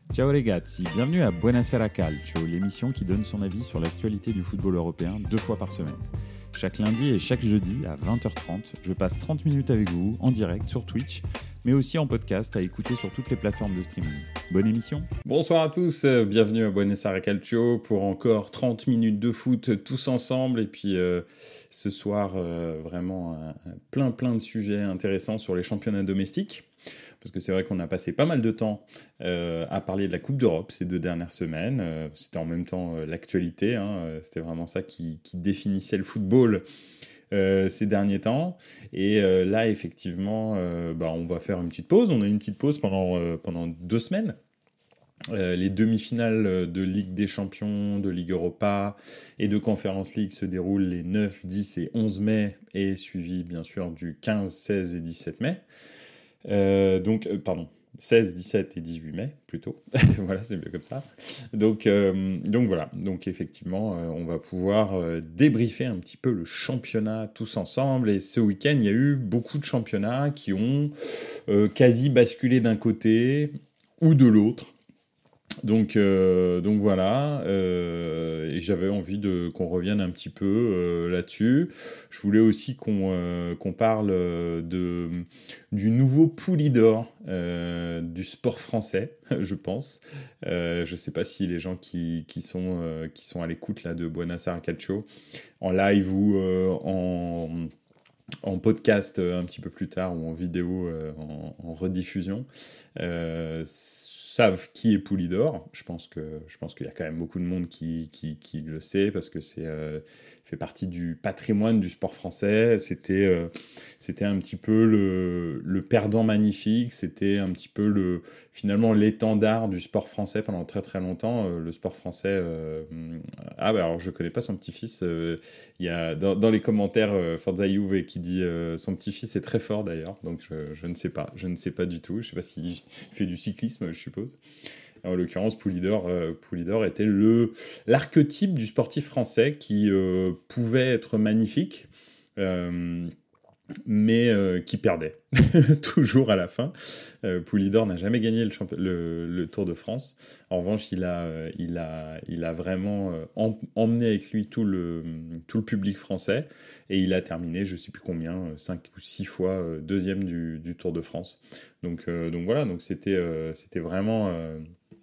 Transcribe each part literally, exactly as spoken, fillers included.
Ciao ragazzi, bienvenue à Buonasera Calcio, l'émission qui donne son avis sur l'actualité du football européen deux fois par semaine. Chaque lundi et chaque jeudi à vingt heures trente, je passe trente minutes avec vous en direct sur Twitch, mais aussi en podcast à écouter sur toutes les plateformes de streaming. Bonne émission. Bonsoir à tous, bienvenue à Buonasera Calcio pour encore trente minutes de foot tous ensemble. Et puis euh, ce soir, euh, vraiment euh, plein plein de sujets intéressants sur les championnats domestiques. Parce que c'est vrai qu'on a passé pas mal de temps euh, à parler de la Coupe d'Europe ces deux dernières semaines. Euh, c'était en même temps euh, l'actualité, hein, c'était vraiment ça qui, qui définissait le football euh, ces derniers temps. Et euh, là, effectivement, euh, bah, on va faire une petite pause. On a une petite pause pendant, euh, pendant deux semaines. Euh, les demi-finales de Ligue des Champions, de Ligue Europa et de Conference League se déroulent les neuf, dix et onze mai, et suivi bien sûr du quinze, seize et dix-sept mai. Euh, donc, euh, pardon, seize, dix-sept et dix-huit mai, plutôt. Voilà, c'est mieux comme ça. Donc, euh, donc voilà, donc effectivement, euh, on va pouvoir euh, débriefer un petit peu le championnat tous ensemble. Et ce week-end, il y a eu beaucoup de championnats qui ont euh, quasi basculé d'un côté ou de l'autre. Donc, euh, donc voilà, euh, et j'avais envie de qu'on revienne un petit peu euh, là-dessus. Je voulais aussi qu'on euh, qu'on parle de du nouveau Pouli d'or euh, du sport français, je pense. Euh, je sais pas si les gens qui qui sont euh, qui sont à l'écoute là de Buonasera Calcio en live ou euh, en en podcast un petit peu plus tard ou en vidéo euh, en, en rediffusion euh, savent qui est Pouli d'or. Je pense que je pense qu'il y a quand même beaucoup de monde qui qui, qui le sait parce que c'est euh, fait partie du patrimoine du sport français. C'était euh, c'était un petit peu le le perdant magnifique. C'était un petit peu le finalement l'étendard du sport français pendant très très longtemps. Euh, le sport français. Euh, ah bah alors je connais pas son petit-fils. Euh, il y a dans, dans les commentaires euh, Forza Juve qui dit euh, son petit-fils est très fort d'ailleurs. Donc je, je ne sais pas, je ne sais pas du tout. Je sais pas s'il fait du cyclisme, je suppose. En l'occurrence, Pouli d'or, euh, Pouli d'or était le l'archétype du sportif français qui euh, pouvait être magnifique. Euh, mais euh, qui perdait toujours à la fin. Euh, Pouli d'or n'a jamais gagné le, champi- le, le Tour de France. En revanche, il a, euh, il a, il a vraiment euh, em- emmené avec lui tout le, tout le public français et il a terminé, je ne sais plus combien, cinq ou six fois euh, deuxième du, du Tour de France. Donc, euh, donc voilà, donc c'était, euh, c'était vraiment, euh,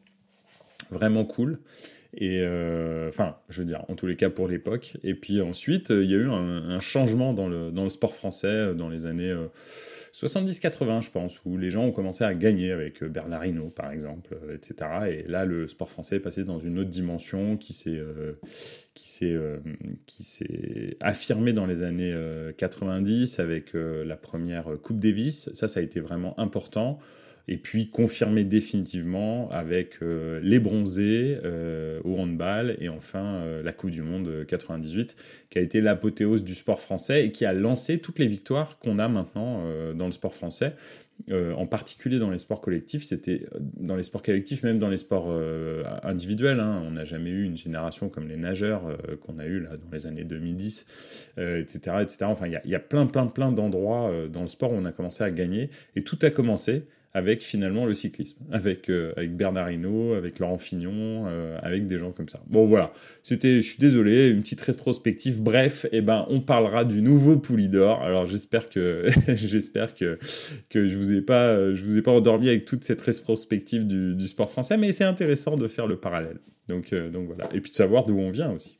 vraiment cool. Et enfin, euh, je veux dire, en tous les cas pour l'époque. Et puis ensuite, il euh, y a eu un, un changement dans le, dans le sport français euh, dans les années euh, soixante-dix quatre-vingts, je pense, où les gens ont commencé à gagner avec Bernard Hinault, par exemple, euh, et cetera. Et là, le sport français est passé dans une autre dimension qui s'est, euh, qui s'est, euh, qui s'est affirmée dans les années euh, quatre-vingt-dix avec euh, la première Coupe Davis. Ça, ça a été vraiment important. Et puis confirmé définitivement avec euh, les bronzés euh, au handball et enfin euh, la Coupe du Monde quatre-vingt-dix-huit qui a été l'apothéose du sport français et qui a lancé toutes les victoires qu'on a maintenant euh, dans le sport français. Euh, en particulier dans les sports collectifs, c'était dans les sports collectifs, même dans les sports euh, individuels. Hein, on n'a jamais eu une génération comme les nageurs euh, qu'on a eu là dans les années deux mille dix, euh, et cetera, et cetera. Enfin, il y, y a plein, plein, plein d'endroits euh, dans le sport où on a commencé à gagner et tout a commencé avec finalement le cyclisme, avec, euh, avec Bernard Hinault, avec Laurent Fignon, euh, avec des gens comme ça. Bon voilà, c'était, je suis désolé, une petite rétrospective. Bref, eh ben, on parlera du nouveau Pouli d'or. Alors j'espère que j'espère que que je vous ai pas je vous ai pas endormi avec toute cette rétrospective du, du sport français, mais c'est intéressant de faire le parallèle. Donc euh, donc voilà, et puis de savoir d'où on vient aussi.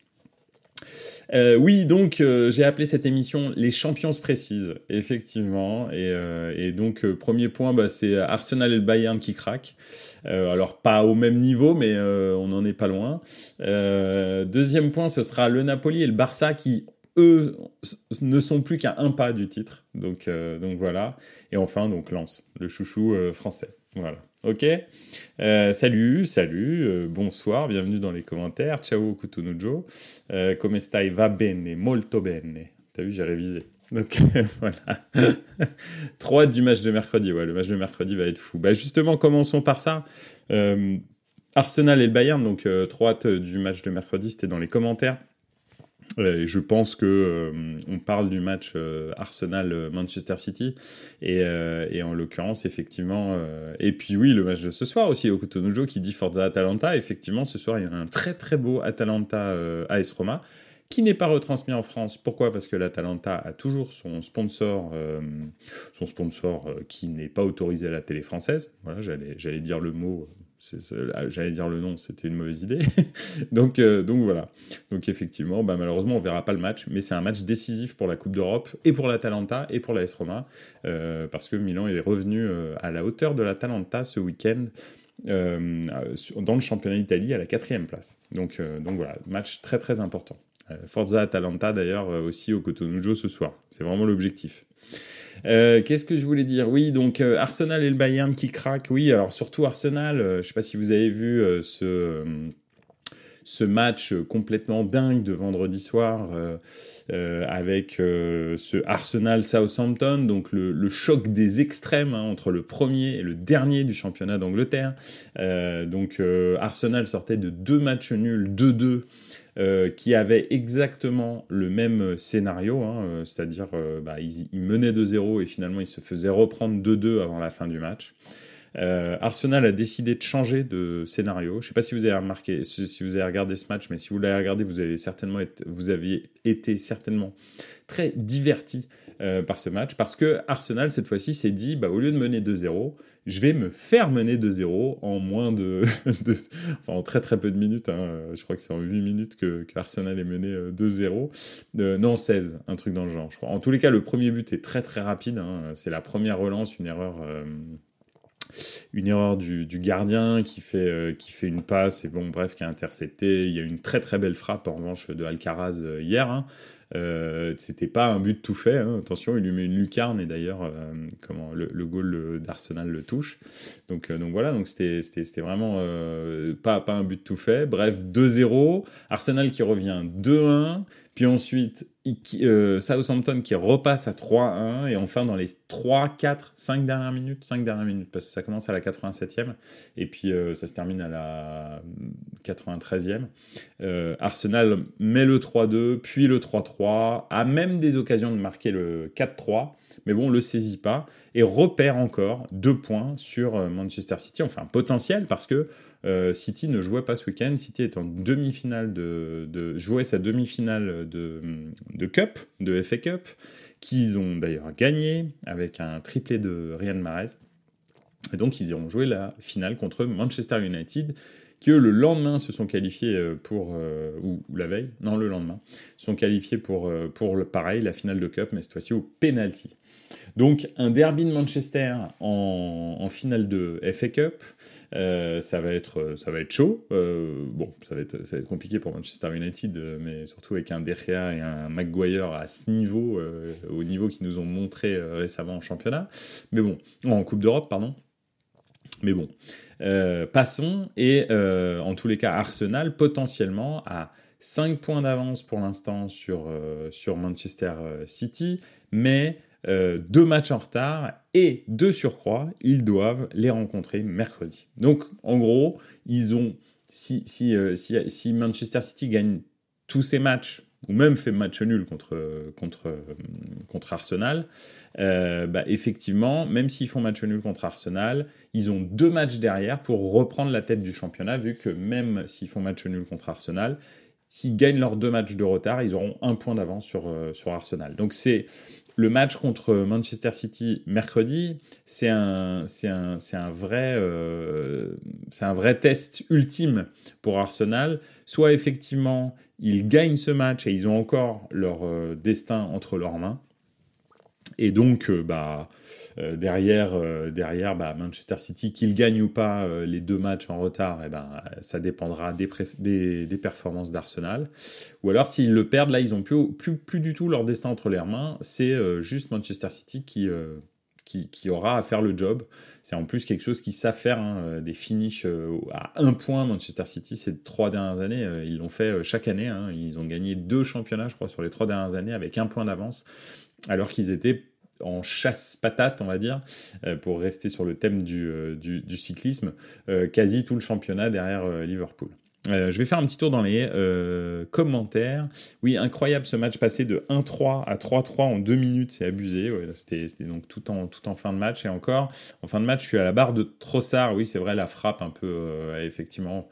Euh, oui, donc euh, j'ai appelé cette émission Les Champions se précisent, effectivement. Et, euh, et donc, euh, premier point, bah, c'est Arsenal et le Bayern qui craquent. Euh, alors, pas au même niveau, mais euh, on n'en est pas loin. Euh, deuxième point, ce sera le Napoli et le Barça qui, eux, ne sont plus qu'à un pas du titre. Donc, euh, donc voilà. Et enfin, donc Lens, le chouchou euh, français. Voilà. Ok, euh, salut, salut, euh, bonsoir, bienvenue dans les commentaires. Ciao Kutunujo, euh, come stai? Va bene, molto bene. T'as vu, j'ai révisé. Donc voilà. Trop hâte du match de mercredi. Ouais, le match de mercredi va être fou. Bah justement, commençons par ça. Euh, Arsenal et le Bayern, donc euh, trop hâte du match de mercredi. C'était dans les commentaires. Et je pense que euh, on parle du match euh, Arsenal-Manchester City et, euh, et en l'occurrence effectivement euh, et puis oui le match de ce soir aussi au Cotonou qui dit Forza Atalanta. Effectivement ce soir il y a un très très beau Atalanta euh, A S Roma qui n'est pas retransmis en France. Pourquoi ? Parce que l'Atalanta a toujours son sponsor, euh, son sponsor euh, qui n'est pas autorisé à la télé française. Voilà, j'allais, j'allais dire le mot, c'est, c'est, j'allais dire le nom, c'était une mauvaise idée. donc, euh, donc voilà. Donc effectivement, bah, malheureusement, on verra pas le match, mais c'est un match décisif pour la Coupe d'Europe et pour l'Atalanta et pour l'A S Roma, euh, parce que Milan est revenu euh, à la hauteur de l'Atalanta ce week-end. Euh, dans le championnat d'Italie à la quatrième place. Donc, euh, donc voilà, match très très important. Euh, Forza Atalanta d'ailleurs euh, aussi au Cotonou ce soir. C'est vraiment l'objectif. Euh, qu'est-ce que je voulais dire ? Oui, donc euh, Arsenal et le Bayern qui craquent. Oui, alors surtout Arsenal. Euh, je ne sais pas si vous avez vu euh, ce... Euh, ce match complètement dingue de vendredi soir euh, euh, avec euh, ce Arsenal-Southampton, donc le, le choc des extrêmes hein, entre le premier et le dernier du championnat d'Angleterre. Euh, donc euh, Arsenal sortait de deux matchs nuls, deux deux, euh, qui avaient exactement le même scénario, hein, euh, c'est-à-dire euh, bah, ils, ils menaient deux zéro et finalement ils se faisaient reprendre deux deux avant la fin du match. Euh, Arsenal a décidé de changer de scénario. Je ne sais pas si vous avez remarqué, si vous avez regardé ce match, mais si vous l'avez regardé, vous avez certainement été, vous aviez été certainement très diverti euh, par ce match, parce que Arsenal cette fois-ci s'est dit, bah au lieu de mener deux zéro, je vais me faire mener deux zéro en moins de, de enfin en très très peu de minutes. Hein, je crois que c'est en huit minutes que, que Arsenal est mené deux zéro. Euh, non seize, un truc dans le genre. Je crois. En tous les cas, le premier but est très très rapide. Hein, c'est la première relance, une erreur. Euh, une erreur du, du gardien qui fait, euh, qui fait une passe et bon bref qui a intercepté. Il y a une très très belle frappe en revanche de Alcaraz euh, hier. Hein. Euh, c'était pas un but tout fait. Hein. Attention, il lui met une lucarne et d'ailleurs euh, comment le, le goal d'Arsenal le touche. Donc euh, donc voilà, donc c'était c'était c'était vraiment euh, pas pas un but tout fait. Bref, deux zéro. Arsenal qui revient deux un. Puis ensuite, euh, Southampton qui repasse à trois un. Et enfin, dans les trois, quatre, cinq dernières minutes, cinq dernières minutes, parce que ça commence à la quatre-vingt-septième, et puis euh, ça se termine à la quatre-vingt-treizième. Euh, Arsenal met le trois deux, puis le trois trois, a même des occasions de marquer le quatre trois, mais bon, on le saisit pas, et repère encore deux points sur euh, Manchester City, enfin potentiel, parce que Euh, City ne jouait pas ce week-end. City est en demi-finale de, de jouait sa demi-finale de, de Cup, de F A Cup, qu'ils ont d'ailleurs gagné avec un triplé de Riyad Mahrez. Et donc ils iront jouer la finale contre Manchester United, qui eux le lendemain se sont qualifiés pour euh, ou, ou la veille, non le lendemain, se sont qualifiés pour pour le, pareil la finale de Cup, mais cette fois-ci au penalty. Donc un derby de Manchester en, en finale de F A Cup, euh, ça va être ça va être chaud. Euh, bon, ça va être ça va être compliqué pour Manchester United, mais surtout avec un De Gea et un Maguire à ce niveau, euh, au niveau qu'ils nous ont montré euh, récemment en championnat. Mais bon, en Coupe d'Europe, pardon. Mais bon, euh, passons et euh, en tous les cas Arsenal potentiellement à cinq points d'avance pour l'instant sur euh, sur Manchester City, mais Euh, deux matchs en retard et de surcroît, ils doivent les rencontrer mercredi. Donc, en gros, ils ont si si euh, si, si Manchester City gagne tous ses matchs ou même fait match nul contre contre contre Arsenal, euh, bah effectivement, même s'ils font match nul contre Arsenal, ils ont deux matchs derrière pour reprendre la tête du championnat, vu que même s'ils font match nul contre Arsenal, s'ils gagnent leurs deux matchs de retard, ils auront un point d'avance sur euh, sur Arsenal. Donc c'est le match contre Manchester City mercredi, c'est un, c'est un, c'est un vrai, euh, c'est un vrai test ultime pour Arsenal. Soit effectivement, ils gagnent ce match et ils ont encore leur euh, destin entre leurs mains. Et donc, euh, bah, euh, derrière, euh, derrière bah, Manchester City, qu'ils gagnent ou pas euh, les deux matchs en retard, eh ben, ça dépendra des, préf- des, des performances d'Arsenal. Ou alors, s'ils le perdent, là, ils n'ont plus, plus, plus du tout leur destin entre leurs mains. C'est euh, juste Manchester City qui, euh, qui, qui aura à faire le job. C'est en plus quelque chose qu'ils savent faire, hein, des finishes euh, à un point. Manchester City, ces trois dernières années, euh, ils l'ont fait euh, chaque année. Hein. Ils ont gagné deux championnats, je crois, sur les trois dernières années avec un point d'avance, alors qu'ils étaient en chasse-patate, on va dire, euh, pour rester sur le thème du, euh, du, du cyclisme, euh, quasi tout le championnat derrière euh, Liverpool. Euh, je vais faire un petit tour dans les euh, commentaires. Oui, incroyable ce match passé de un trois à trois trois en deux minutes, c'est abusé. Ouais, c'était, c'était donc tout en, tout en fin de match. Et encore, en fin de match, je suis à la barre de Trossard. Oui, c'est vrai, la frappe un peu, euh, effectivement.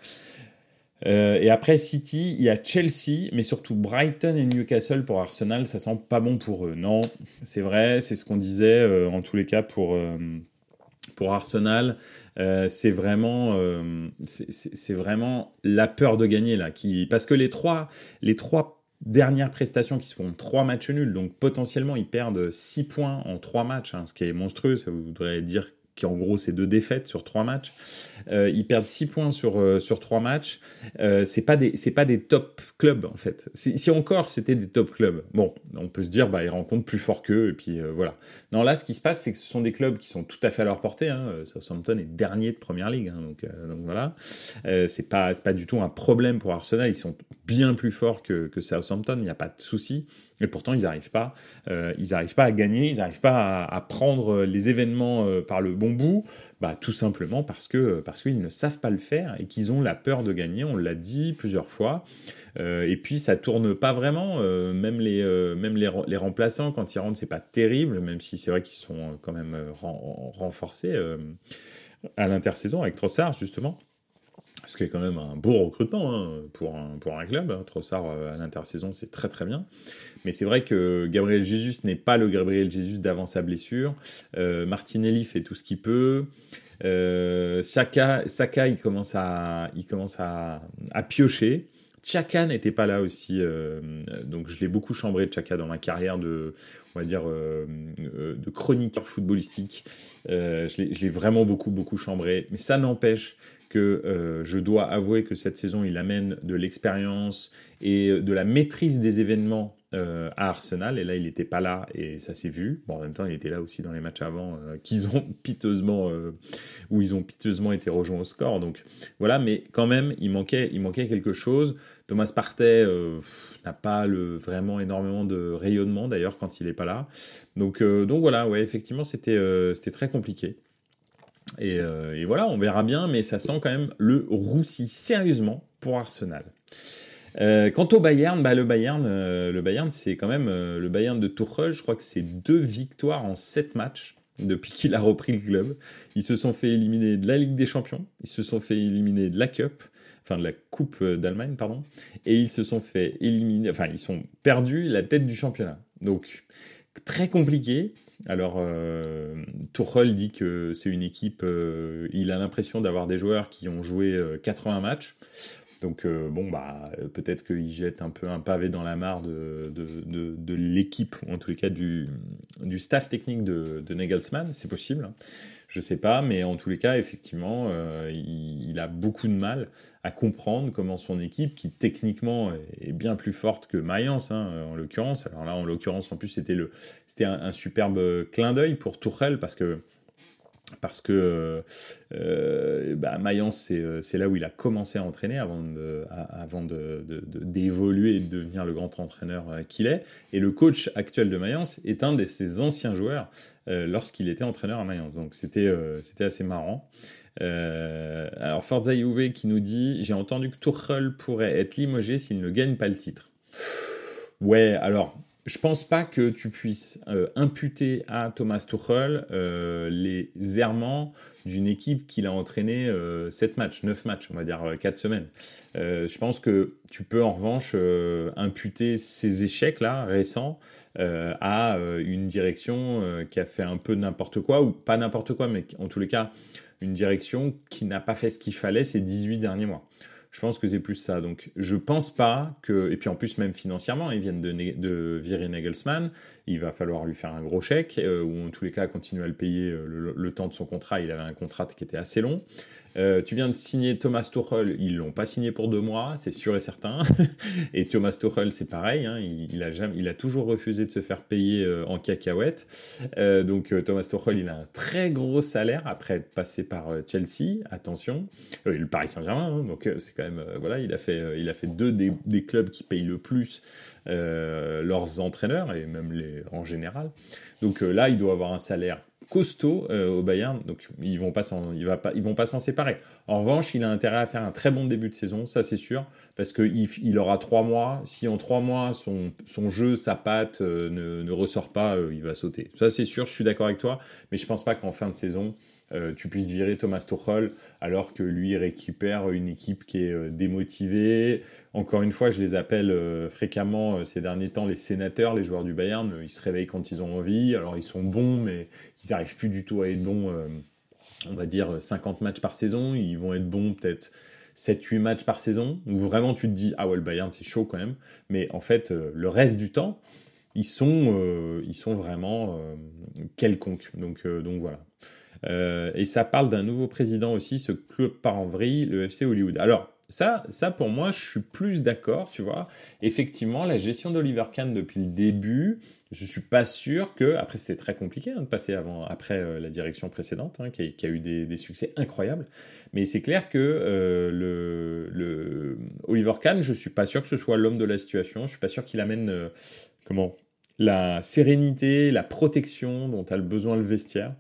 Euh, et après City, il y a Chelsea, mais surtout Brighton et Newcastle pour Arsenal, ça sent pas bon pour eux. Non, c'est vrai, c'est ce qu'on disait euh, en tous les cas pour... Euh, Pour Arsenal, euh, c'est vraiment, euh, c'est, c'est, c'est vraiment la peur de gagner là, qui, parce que les trois, les trois dernières prestations qui seront trois matchs nuls, donc potentiellement ils perdent six points en trois matchs, hein, ce qui est monstrueux. Ça voudrait dire qu'en gros c'est deux défaites sur trois matchs. Euh, ils perdent six points sur euh, sur trois matchs. Euh, c'est pas des c'est pas des top clubs en fait. Si, si encore c'était des top clubs, bon, on peut se dire bah ils rencontrent plus fort qu'eux et puis euh, voilà. Non, là ce qui se passe c'est que ce sont des clubs qui sont tout à fait à leur portée. Hein. Southampton est dernier de première ligue, hein, donc euh, donc voilà. Euh, c'est pas c'est pas du tout un problème pour Arsenal. Ils sont bien plus forts que que Southampton. Il n'y a pas de souci. Et pourtant, ils n'arrivent pas, euh, ils n'arrivent pas à gagner, ils n'arrivent pas à, à prendre les événements euh, par le bon bout, bah, tout simplement parce que parce qu'ils ne savent pas le faire et qu'ils ont la peur de gagner. On l'a dit plusieurs fois. Euh, et puis ça tourne pas vraiment. Euh, même les euh, même les, les remplaçants quand ils rentrent, c'est pas terrible, même si c'est vrai qu'ils sont quand même ren- renforcés euh, à l'intersaison avec Trossard justement. Ce qui est quand même un beau recrutement hein, pour, un, pour un club. Trossard à l'intersaison, c'est très très bien. Mais c'est vrai que Gabriel Jesus n'est pas le Gabriel Jesus d'avant sa blessure. Euh, Martinelli fait tout ce qu'il peut. Euh, Saka, Saka, il commence à, il commence à, à piocher. Xhaka n'était pas là aussi. Euh, donc je l'ai beaucoup chambré, Xhaka, dans ma carrière de... on va dire, euh, euh, de chroniqueur footballistique. Euh, je, l'ai, je l'ai vraiment beaucoup, beaucoup chambré. Mais ça n'empêche que euh, je dois avouer que cette saison, il amène de l'expérience et de la maîtrise des événements euh, à Arsenal. Et là, il n'était pas là et ça s'est vu. Bon, en même temps, il était là aussi dans les matchs avant euh, qu'ils ont piteusement, euh, où ils ont piteusement été rejoints au score. Donc voilà, mais quand même, il manquait, il manquait quelque chose. Thomas Partey euh, n'a pas le, vraiment énormément de rayonnement d'ailleurs quand il n'est pas là. Donc, euh, donc voilà, ouais, effectivement, c'était, euh, c'était très compliqué. Et, euh, et voilà, on verra bien, mais ça sent quand même le roussi sérieusement pour Arsenal. Euh, quant au Bayern, bah le Bayern, euh, le Bayern, c'est quand même euh, le Bayern de Tuchel. Je crois que c'est deux victoires en sept matchs depuis qu'il a repris le club. Ils se sont fait éliminer de la Ligue des Champions, ils se sont fait éliminer de la Cup, enfin de la Coupe d'Allemagne, pardon, et ils se sont fait éliminer, enfin ils sont perdus la tête du championnat. Donc très compliqué. Alors, euh, Tuchel dit que c'est une équipe, euh, il a l'impression d'avoir des joueurs qui ont joué euh, quatre-vingts matchs. Donc, euh, bon, bah, peut-être qu'il jette un peu un pavé dans la mare de, de, de, de l'équipe, ou en tous les cas du, du staff technique de, de Nagelsmann, c'est possible. Je sais pas, mais en tous les cas, effectivement, euh, il, il a beaucoup de mal à comprendre comment son équipe, qui techniquement est bien plus forte que Mayence, hein, en l'occurrence. Alors là, en l'occurrence, en plus, c'était, le, c'était un, un superbe clin d'œil pour Tuchel, parce que parce que euh, bah, Mayence, c'est, c'est là où il a commencé à entraîner avant, de, à, avant de, de, de, d'évoluer et de devenir le grand entraîneur qu'il est. Et le coach actuel de Mayence est un de ses anciens joueurs euh, lorsqu'il était entraîneur à Mayence. Donc c'était, euh, c'était assez marrant. Euh, alors Forza Juve qui nous dit « J'ai entendu que Tuchel pourrait être limogé s'il ne gagne pas le titre. » Ouais, alors... Je pense pas que tu puisses euh, imputer à Thomas Tuchel euh, les errements d'une équipe qu'il a entraîné euh, sept matchs, neuf matchs, on va dire euh, quatre semaines. Euh, je pense que tu peux en revanche euh, imputer ces échecs-là récents euh, à euh, une direction euh, qui a fait un peu n'importe quoi, ou pas n'importe quoi, mais en tous les cas, une direction qui n'a pas fait ce qu'il fallait ces dix-huit derniers mois. Je pense que c'est plus ça. Donc, je pense pas que... Et puis, en plus, même financièrement, ils viennent de, de virer Nagelsmann. Il va falloir lui faire un gros chèque, euh, ou en tous les cas, continuer à le payer euh, le, le temps de son contrat. Il avait un contrat qui était assez long. Euh, tu viens de signer Thomas Tuchel. Ils l'ont pas signé pour deux mois, c'est sûr et certain. Et Thomas Tuchel, c'est pareil. Hein, il, il, a jamais, il a toujours refusé de se faire payer euh, en cacahuètes. Euh, donc, euh, Thomas Tuchel, il a un très gros salaire après être passé par euh, Chelsea. Attention. Euh, le Paris Saint-Germain, hein, donc euh, c'est quand même... Euh, voilà, il a fait, euh, il a fait deux des, des clubs qui payent le plus euh, leurs entraîneurs, et même les, en général. Donc euh, là, il doit avoir un salaire costaud euh, au Bayern, donc ils vont pas s'en, il va pas, ils vont pas s'en séparer. En revanche, il a intérêt à faire un très bon début de saison, ça c'est sûr, parce qu'il il aura trois mois. Si en trois mois son, son jeu, sa patte euh, ne, ne ressort pas, euh, il va sauter. Ça c'est sûr, je suis d'accord avec toi, mais je pense pas qu'en fin de saison euh, tu puisses virer Thomas Tuchel alors que lui récupère une équipe qui est euh, démotivée. Encore une fois, je les appelle euh, fréquemment euh, ces derniers temps les sénateurs, les joueurs du Bayern. Ils se réveillent quand ils ont envie. Alors ils sont bons, mais ils n'arrivent plus du tout à être bons, euh, on va dire cinquante matchs par saison. Ils vont être bons peut-être sept huit matchs par saison, où vraiment tu te dis « Ah ouais, le Bayern, c'est chaud quand même ». Mais en fait, euh, le reste du temps, ils sont, euh, ils sont vraiment euh, quelconques. Donc, euh, donc voilà. Euh, et ça parle d'un nouveau président aussi, ce club part en vrille, le F C Hollywood. Alors, ça, ça pour moi, je suis plus d'accord, tu vois. Effectivement, la gestion d'Oliver Kahn depuis le début, je suis pas sûr que... Après, c'était très compliqué hein, de passer avant, après euh, la direction précédente, hein, qui, a, qui a eu des, des succès incroyables. Mais c'est clair que euh, le, le Oliver Kahn, je suis pas sûr que ce soit l'homme de la situation. Je suis pas sûr qu'il amène... Euh, comment la sérénité, la protection dont a le besoin le vestiaire.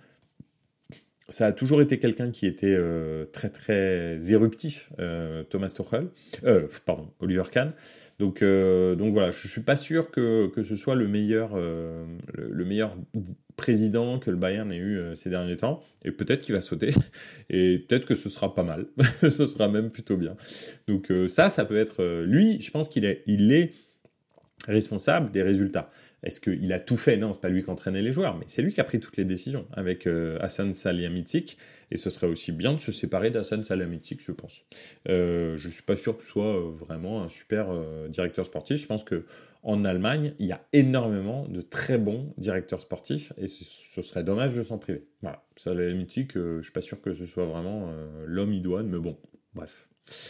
Ça a toujours été quelqu'un qui était euh, très très éruptif, euh, Thomas Tuchel, euh, pardon, Oliver Kahn. Donc, euh, donc voilà, je suis pas sûr que, que ce soit le meilleur, euh, le, le meilleur président que le Bayern ait eu euh, ces derniers temps. Et peut-être qu'il va sauter, et peut-être que ce sera pas mal, ce sera même plutôt bien. Donc euh, ça, ça peut être... Euh, lui, je pense qu'il est, il est responsable des résultats. Est-ce qu'il a tout fait ? Non, c'est pas lui qui entraînait les joueurs, mais c'est lui qui a pris toutes les décisions avec euh, Hassan Salihamidzic, et ce serait aussi bien de se séparer d'Hassan Salihamidzic, je pense. Euh, je suis pas sûr que ce soit euh, vraiment un super euh, directeur sportif. Je pense que en Allemagne, il y a énormément de très bons directeurs sportifs, et ce, ce serait dommage de s'en priver. Voilà, Salihamidzic, euh, je suis pas sûr que ce soit vraiment euh, l'homme idoine, mais bon, bref.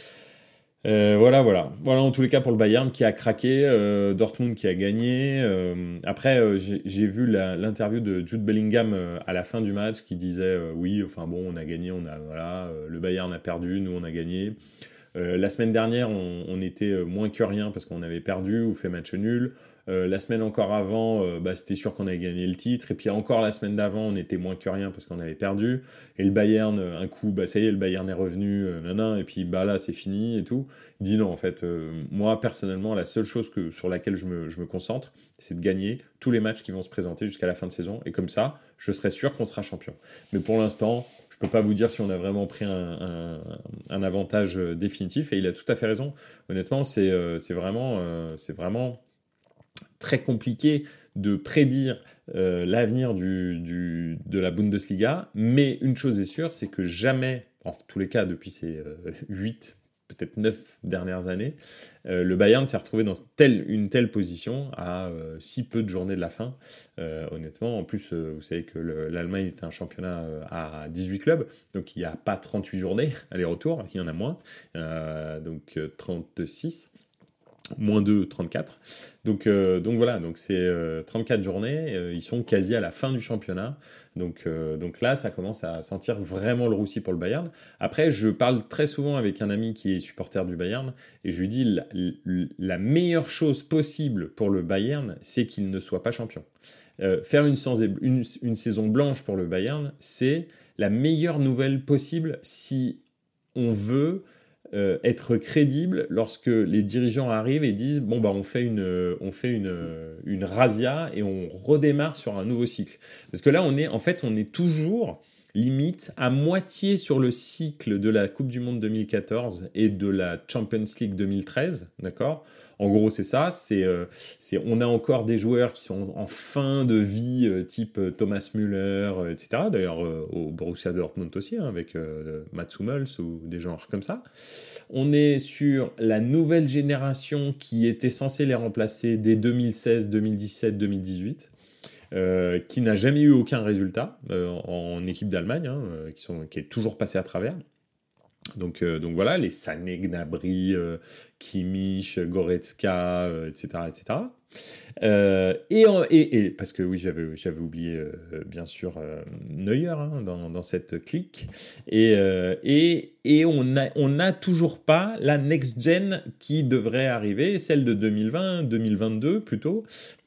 Euh, voilà, voilà. Voilà, en tous les cas, pour le Bayern qui a craqué, euh, Dortmund qui a gagné. Euh, après, euh, j'ai, j'ai vu la, l'interview de Jude Bellingham euh, à la fin du match qui disait euh, oui, enfin bon, on a gagné, on a voilà, euh, le Bayern a perdu, nous on a gagné. Euh, la semaine dernière, on, on était moins que rien parce qu'on avait perdu ou fait match nul. Euh, la semaine encore avant, euh, bah, c'était sûr qu'on avait gagné le titre. Et puis encore la semaine d'avant, on était moins que rien parce qu'on avait perdu. Et le Bayern, un coup, bah ça y est, le Bayern est revenu, euh, nanan, et puis bah là, c'est fini et tout. Il dit non, en fait, euh, moi, personnellement, la seule chose que, sur laquelle je me, je me concentre, c'est de gagner tous les matchs qui vont se présenter jusqu'à la fin de saison. Et comme ça, je serai sûr qu'on sera champion. Mais pour l'instant, je peux pas vous dire si on a vraiment pris un, un, un avantage définitif. Et il a tout à fait raison. Honnêtement, c'est, euh, c'est vraiment... Euh, c'est vraiment très compliqué de prédire euh, l'avenir du, du, de la Bundesliga, mais une chose est sûre, c'est que jamais, en tous les cas depuis ces euh, huit, peut-être neuf dernières années, euh, le Bayern s'est retrouvé dans telle, une telle position à euh, si peu de journées de la fin. Euh, honnêtement, en plus, euh, vous savez que le, l'Allemagne est un championnat euh, à dix-huit clubs, donc il n'y a pas trente-huit journées aller-retour, il y en a moins, euh, donc euh, trente-six. Moins deux, trente-quatre. Donc, euh, donc voilà, donc c'est euh, trente-quatre journées, euh, ils sont quasi à la fin du championnat. Donc, euh, donc là, ça commence à sentir vraiment le roussi pour le Bayern. Après, je parle très souvent avec un ami qui est supporter du Bayern, et je lui dis la, la meilleure chose possible pour le Bayern, c'est qu'il ne soit pas champion. Euh, faire une, sans, une, une saison blanche pour le Bayern, c'est la meilleure nouvelle possible si on veut... Euh, être crédible lorsque les dirigeants arrivent et disent bon bah on fait une on fait une une razzia et on redémarre sur un nouveau cycle. Parce que là on est en fait on est toujours limite à moitié sur le cycle de la Coupe du Monde deux mille quatorze et de la Champions League deux mille treize, d'accord ? En gros, c'est ça, c'est, euh, c'est, on a encore des joueurs qui sont en fin de vie, euh, type Thomas Müller, euh, et cetera. D'ailleurs, euh, au Borussia Dortmund aussi, hein, avec euh, Mats Hummels ou des genres comme ça. On est sur la nouvelle génération qui était censée les remplacer dès deux mille seize, deux mille dix-sept, deux mille dix-huit. Euh, qui n'a jamais eu aucun résultat euh, en, en équipe d'Allemagne, hein, euh, qui, sont, qui est toujours passé à travers. Donc, euh, donc voilà, les Sané, Gnabry, euh, Kimmich, Goretzka, euh, et cetera, et cetera. Euh, et, et, et parce que oui, j'avais, j'avais oublié euh, bien sûr euh, Neuer hein, dans, dans cette clique. Et, euh, et, et on n'a on a toujours pas la next gen qui devrait arriver, celle de deux mille vingt, deux mille vingt-deux plutôt.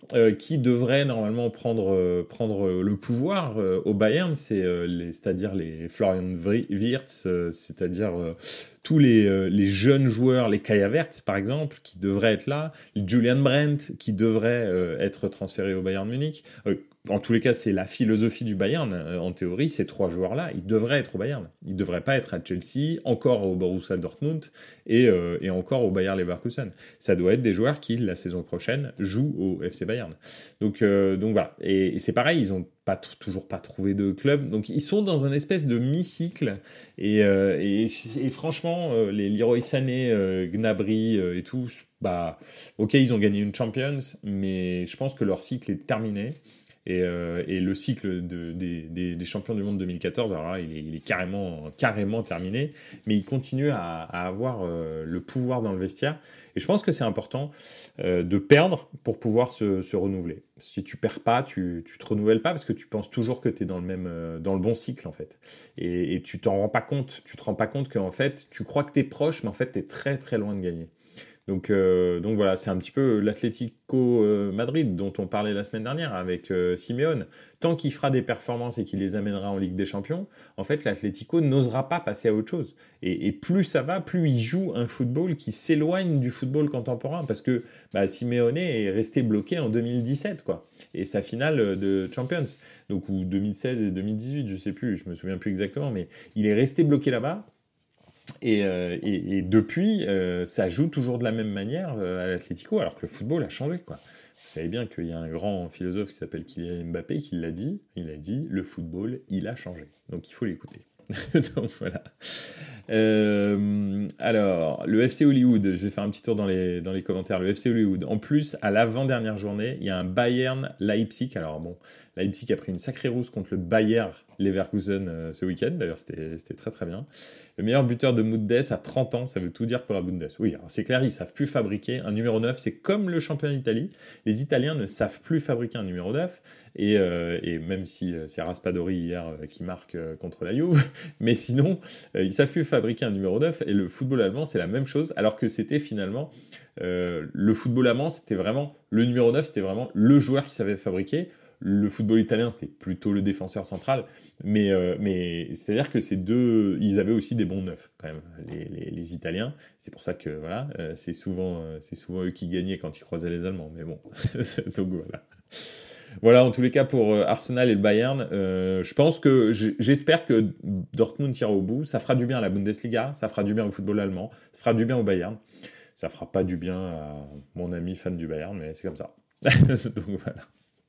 euh, qui devrait normalement prendre, euh, prendre le pouvoir euh, au Bayern, c'est, euh, les, c'est-à-dire les Florian Wirtz, euh, c'est-à-dire euh, tous les, euh, les jeunes joueurs, les Kai Havertz par exemple, qui devraient être là, Julian Brandt, qui devrait euh, être transféré au Bayern Munich. Euh, En tous les cas, c'est la philosophie du Bayern. En théorie, ces trois joueurs-là, ils devraient être au Bayern. Ils ne devraient pas être à Chelsea, encore au Borussia Dortmund et, euh, et encore au Bayer Leverkusen. Ça doit être des joueurs qui, la saison prochaine, jouent au F C Bayern. Donc, euh, donc voilà. Et, et c'est pareil, ils n'ont pas t- toujours pas trouvé de club. Donc ils sont dans un espèce de mi-cycle. Et, euh, et, et franchement, euh, les Leroy Sané, euh, Gnabry euh, et tout, bah, ok, ils ont gagné une Champions, mais je pense que leur cycle est terminé. Et, euh, et le cycle de, des, des, des champions du monde deux mille quatorze, alors là, il est, il est carrément, carrément terminé, mais ils continuent à, à avoir euh, le pouvoir dans le vestiaire. Et je pense que c'est important euh, de perdre pour pouvoir se, se renouveler. Si tu perds pas, tu, tu te renouvelles pas parce que tu penses toujours que tu es dans le même, euh, dans le bon cycle en fait. Et, et tu t'en rends pas compte. Tu te rends pas compte qu'en fait, tu crois que tu es proche, mais en fait, tu es très très loin de gagner. Donc, euh, donc voilà, c'est un petit peu l'Atlético euh, Madrid dont on parlait la semaine dernière avec euh, Simeone. Tant qu'il fera des performances et qu'il les amènera en Ligue des Champions, en fait, l'Atlético n'osera pas passer à autre chose. Et, et plus ça va, plus il joue un football qui s'éloigne du football contemporain, parce que bah, Simeone est resté bloqué en deux mille dix-sept, quoi, et sa finale de Champions, donc ou deux mille seize et deux mille dix-huit, je sais plus, je me souviens plus exactement, mais il est resté bloqué là-bas. Et, euh, et, et depuis, euh, ça joue toujours de la même manière euh, à l'Atlético, alors que le football a changé, quoi. Vous savez bien qu'il y a un grand philosophe qui s'appelle Kylian Mbappé qui l'a dit. Il a dit, le football, il a changé. Donc il faut l'écouter. Donc voilà. Euh, alors, le F C Hollywood, je vais faire un petit tour dans les, dans les commentaires. Le F C Hollywood, en plus, à l'avant-dernière journée, il y a un Bayern Leipzig. Alors bon, Leipzig a pris une sacrée rousse contre le Bayer Leverkusen euh, ce week-end. D'ailleurs, c'était, c'était très très bien. Le meilleur buteur de Bundes à trente ans, ça veut tout dire pour la Bundes. Oui, alors c'est clair, ils savent plus fabriquer un numéro neuf. C'est comme le championnat d'Italie. Les Italiens ne savent plus fabriquer un numéro neuf. Et, euh, et même si euh, c'est Raspadori hier euh, qui marque euh, contre la Juve, mais sinon, euh, ils savent plus fabriquer un numéro neuf. Et le football allemand, c'est la même chose, alors que c'était finalement... Euh, le football allemand, c'était vraiment... Le numéro neuf, c'était vraiment le joueur qui savait fabriquer. Le football italien, c'était plutôt le défenseur central, mais, euh, mais c'est-à-dire que ces deux, ils avaient aussi des bons neufs quand même, les, les, les Italiens. C'est pour ça que voilà, euh, c'est souvent, euh, c'est souvent eux qui gagnaient quand ils croisaient les Allemands. Mais bon, donc voilà. Voilà, en tous les cas pour euh, Arsenal et le Bayern, euh, je pense que j'espère que Dortmund ira au bout. Ça fera du bien à la Bundesliga, ça fera du bien au football allemand, ça fera du bien au Bayern. Ça fera pas du bien à mon ami fan du Bayern, mais c'est comme ça. Donc voilà.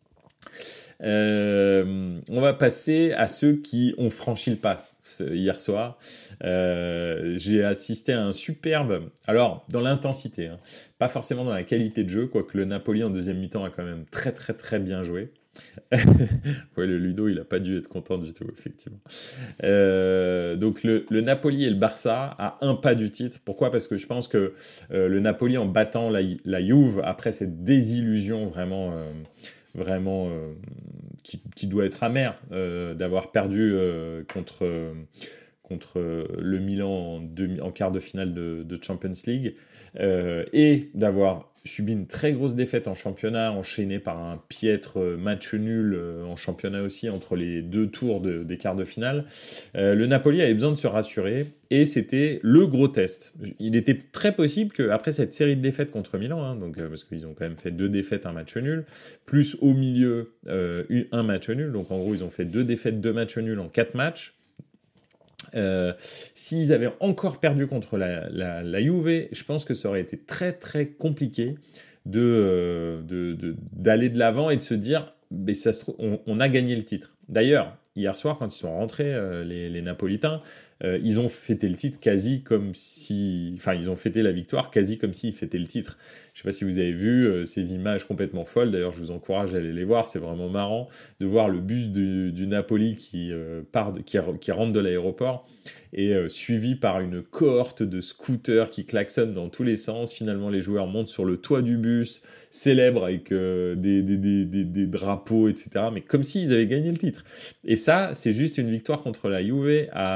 Euh, on va passer à ceux qui ont franchi le pas hier soir. Euh, j'ai assisté à un superbe, alors dans l'intensité, hein, pas forcément dans la qualité de jeu, quoique le Napoli en deuxième mi-temps a quand même très très très bien joué. Ouais, le Ludo, il a pas dû être content du tout, effectivement. Euh, donc le, le Napoli et le Barça à un pas du titre. Pourquoi ? Parce que je pense que euh, le Napoli, en battant la, la Juve après cette désillusion vraiment... Euh, vraiment euh, qui, qui doit être amer euh, d'avoir perdu euh, contre, euh, contre le Milan en, demi, en quart de finale de, de Champions League euh, et d'avoir subi une très grosse défaite en championnat, enchaînée par un piètre match nul euh, en championnat aussi entre les deux tours de, des quarts de finale. Euh, le Napoli avait besoin de se rassurer et c'était le gros test. Il était très possible qu'après cette série de défaites contre Milan, hein, donc, euh, parce qu'ils ont quand même fait deux défaites, un match nul, plus au milieu euh, un match nul, donc en gros ils ont fait deux défaites, deux matchs nuls en quatre matchs. Euh, s'ils avaient encore perdu contre la, la, la Juve, je pense que ça aurait été très très compliqué de, euh, de, de, d'aller de l'avant et de se dire mais ça se trouve, on, on a gagné le titre. D'ailleurs, hier soir, quand ils sont rentrés, euh, les, les Napolitains, euh, ils ont fêté le titre quasi comme si... Enfin, ils ont fêté la victoire quasi comme s'ils fêtaient le titre. Je ne sais pas si vous avez vu euh, ces images complètement folles. D'ailleurs, je vous encourage à aller les voir. C'est vraiment marrant de voir le bus du, du Napoli qui, euh, part de, qui, qui rentre de l'aéroport et euh, suivi par une cohorte de scooters qui klaxonnent dans tous les sens. Finalement, les joueurs montent sur le toit du bus, célèbrent avec euh, des, des, des, des, des drapeaux, et cetera. Mais comme s'ils avaient gagné le titre. Et ça, c'est juste une victoire contre la Juve à... Euh,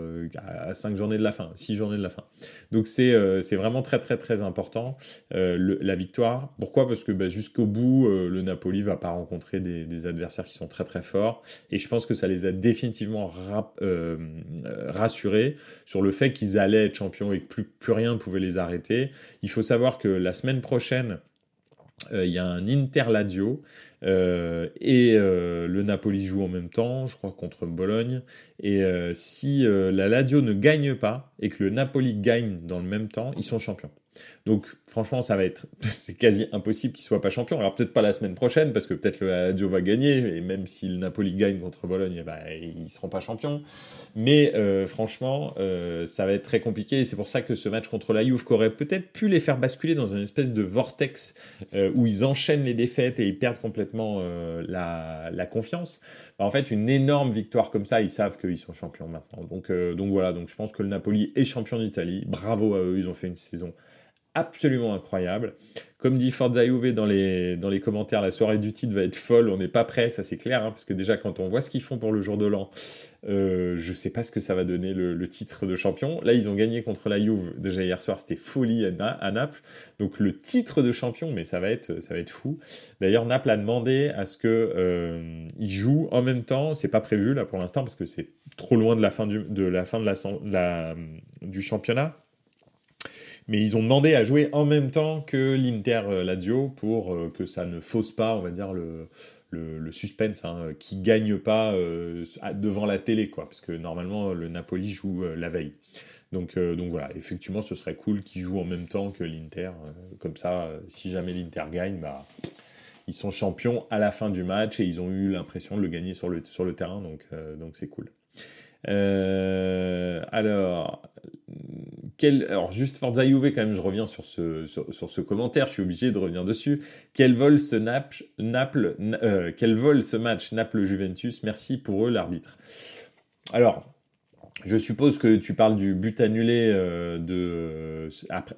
euh, à cinq journées de la fin, six journées de la fin. Donc c'est euh, c'est vraiment très très très important euh, le, la victoire. Pourquoi ? Parce que bah, jusqu'au bout, euh, le Napoli va pas rencontrer des, des adversaires qui sont très très forts, et je pense que ça les a définitivement ra- euh, rassurés sur le fait qu'ils allaient être champions et que plus, plus rien ne pouvait les arrêter. Il faut savoir que la semaine prochaine, il euh, y a un Inter-Lazio euh, et euh, le Napoli joue en même temps, je crois, contre Bologne. Et euh, si euh, la Lazio ne gagne pas et que le Napoli gagne dans le même temps, ils sont champions. Donc franchement, ça va être, c'est quasi impossible qu'ils soient pas champions. Alors peut-être pas la semaine prochaine, parce que peut-être le Lazio va gagner, et même si le Napoli gagne contre Bologne, eh ben, ils seront pas champions. Mais euh, franchement, euh, ça va être très compliqué, et c'est pour ça que ce match contre la Juve, qu'aurait peut-être pu les faire basculer dans une espèce de vortex euh, où ils enchaînent les défaites et ils perdent complètement euh, la, la confiance. Bah, en fait, une énorme victoire comme ça, ils savent qu'ils sont champions maintenant. Donc, euh, donc voilà, donc je pense que le Napoli est champion d'Italie. Bravo à eux, ils ont fait une saison absolument incroyable. Comme dit Forza Juve dans les, dans les commentaires, la soirée du titre va être folle, on n'est pas prêt, ça c'est clair, hein, parce que déjà quand on voit ce qu'ils font pour le jour de l'an, euh, je sais pas ce que ça va donner le, le titre de champion. Là ils ont gagné contre la Juve, déjà hier soir c'était folie à, Na- à Naples, donc le titre de champion, mais ça va être, ça va être fou. D'ailleurs Naples a demandé à ce que euh, ils jouent en même temps, c'est pas prévu là pour l'instant, parce que c'est trop loin de la fin du, de la, fin de la, de la, du championnat. Mais ils ont demandé à jouer en même temps que l'Inter-Lazio pour euh, que ça ne fausse pas, on va dire, le, le, le suspense, hein, qui gagne pas euh, devant la télé, quoi, parce que normalement, le Napoli joue euh, la veille. Donc, euh, donc voilà, effectivement, ce serait cool qu'ils jouent en même temps que l'Inter. Euh, comme ça, euh, si jamais l'Inter gagne, bah, ils sont champions à la fin du match et ils ont eu l'impression de le gagner sur le, sur le terrain, donc euh, donc c'est cool. Euh, alors, quel, alors juste Forza Juve quand même, je reviens sur ce sur, sur ce commentaire, je suis obligé de revenir dessus. Quel vol ce Naples, Naples, euh, quel vol ce match Naples-Juventus. Merci pour eux l'arbitre. Alors, je suppose que tu parles du but annulé euh, de euh, après,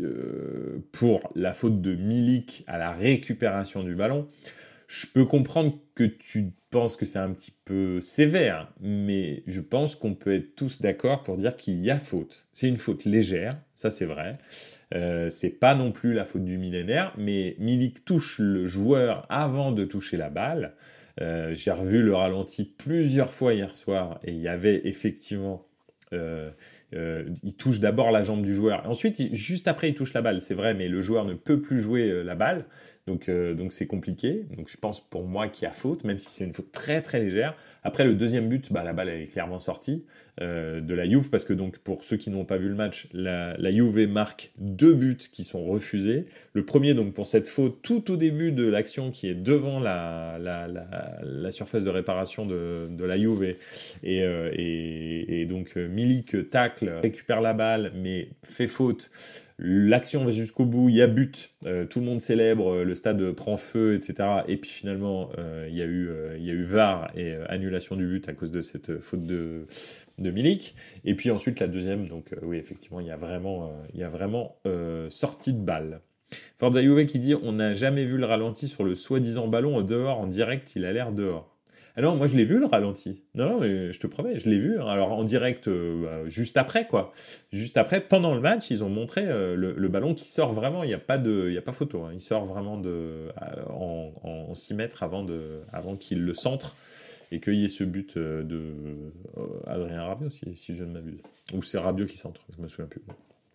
euh, pour la faute de Milik à la récupération du ballon. Je peux comprendre que tu penses que c'est un petit peu sévère, mais je pense qu'on peut être tous d'accord pour dire qu'il y a faute. C'est une faute légère, ça c'est vrai. Euh, c'est pas non plus la faute du millénaire, mais Milik touche le joueur avant de toucher la balle. Euh, j'ai revu le ralenti plusieurs fois hier soir et il y avait effectivement... Euh, euh, il touche d'abord la jambe du joueur. Ensuite, il, juste après, il touche la balle, c'est vrai, mais le joueur ne peut plus jouer euh, la balle. Donc, euh, donc c'est compliqué. Donc je pense pour moi qu'il y a faute, même si c'est une faute très très légère. Après le deuxième but, bah, la balle elle est clairement sortie euh, de la Juve, parce que donc pour ceux qui n'ont pas vu le match, la, la Juve marque deux buts qui sont refusés. Le premier donc pour cette faute tout au début de l'action qui est devant la, la, la, la surface de réparation de, de la Juve, et, et, euh, et, et donc Milik tacle, récupère la balle mais fait faute. L'action va jusqu'au bout, il y a but, euh, tout le monde célèbre, le stade prend feu, et cetera. Et puis finalement, euh, il y a eu, euh, il y a eu V A R et euh, annulation du but à cause de cette faute de, de Milik. Et puis ensuite la deuxième, donc euh, oui, effectivement, il y a vraiment, euh, il y a vraiment euh, sortie de balle. Forza Juve qui dit « On n'a jamais vu le ralenti sur le soi-disant ballon au dehors, en direct, il a l'air dehors ». Ah non, moi je l'ai vu le ralenti. Non, non, mais je te promets, je l'ai vu. Alors en direct, euh, bah, juste après, quoi. Juste après, pendant le match, ils ont montré euh, le, le ballon qui sort vraiment. Il n'y a pas de, il y a pas photo. Hein. Il sort vraiment de, euh, en, en six mètres avant de, avant qu'il le centre et qu'il y ait ce but euh, de euh, Adrien Rabiot, si, si je ne m'abuse. Ou c'est Rabiot qui centre, je me souviens plus.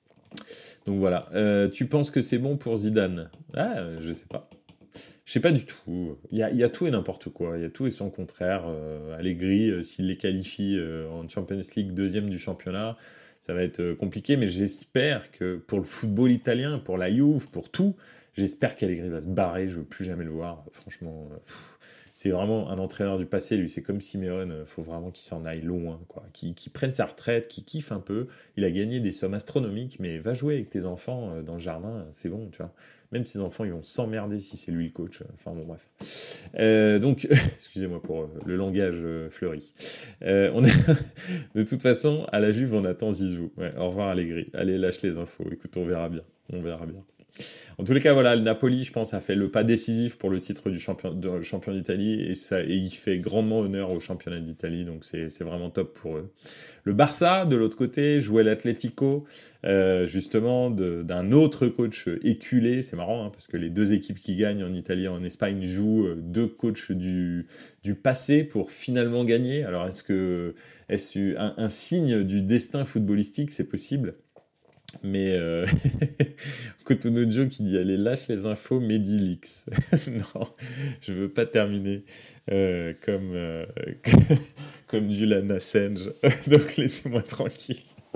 Donc voilà. Euh, tu penses que c'est bon pour Zidane ? Ah, je sais pas. Je sais pas du tout. Il y a, il y a tout et n'importe quoi. Il y a tout et son contraire. Euh, Allegri, euh, s'il les qualifie euh, en Champions League deuxième du championnat, ça va être euh, compliqué. Mais j'espère que pour le football italien, pour la Juve, pour tout, j'espère qu'Allegri va se barrer. Je veux plus jamais le voir. Franchement, euh, pff, c'est vraiment un entraîneur du passé. Lui, c'est comme Simeone. Il faut vraiment qu'il s'en aille loin, quoi. Qu'il, qu'il prenne sa retraite, qu'il kiffe un peu. Il a gagné des sommes astronomiques, mais va jouer avec tes enfants euh, dans le jardin. C'est bon, tu vois. Même ses enfants, ils vont s'emmerder si c'est lui le coach. Enfin bon, bref. Euh, donc, excusez-moi pour euh, le langage euh, fleuri. Euh, on est de toute façon, à la Juve, on attend Zizou. Ouais, au revoir Allegri. Allez, lâche les infos. Écoute, on verra bien. On verra bien. En tous les cas, voilà, le Napoli, je pense, a fait le pas décisif pour le titre du champion, de, champion d'Italie et, ça, et il fait grandement honneur au championnat d'Italie, donc c'est, c'est vraiment top pour eux. Le Barça, de l'autre côté, jouait l'Atlético, euh, justement, de, d'un autre coach éculé. C'est marrant, hein, parce que les deux équipes qui gagnent en Italie et en Espagne jouent deux coachs du, du passé pour finalement gagner. Alors, est-ce que est-ce un, un signe du destin footballistique? C'est possible. Mais euh... Cotonou qui dit allez lâche les infos Medilix. Non, je veux pas terminer euh, comme euh, comme Julian Assange. Donc laissez-moi tranquille.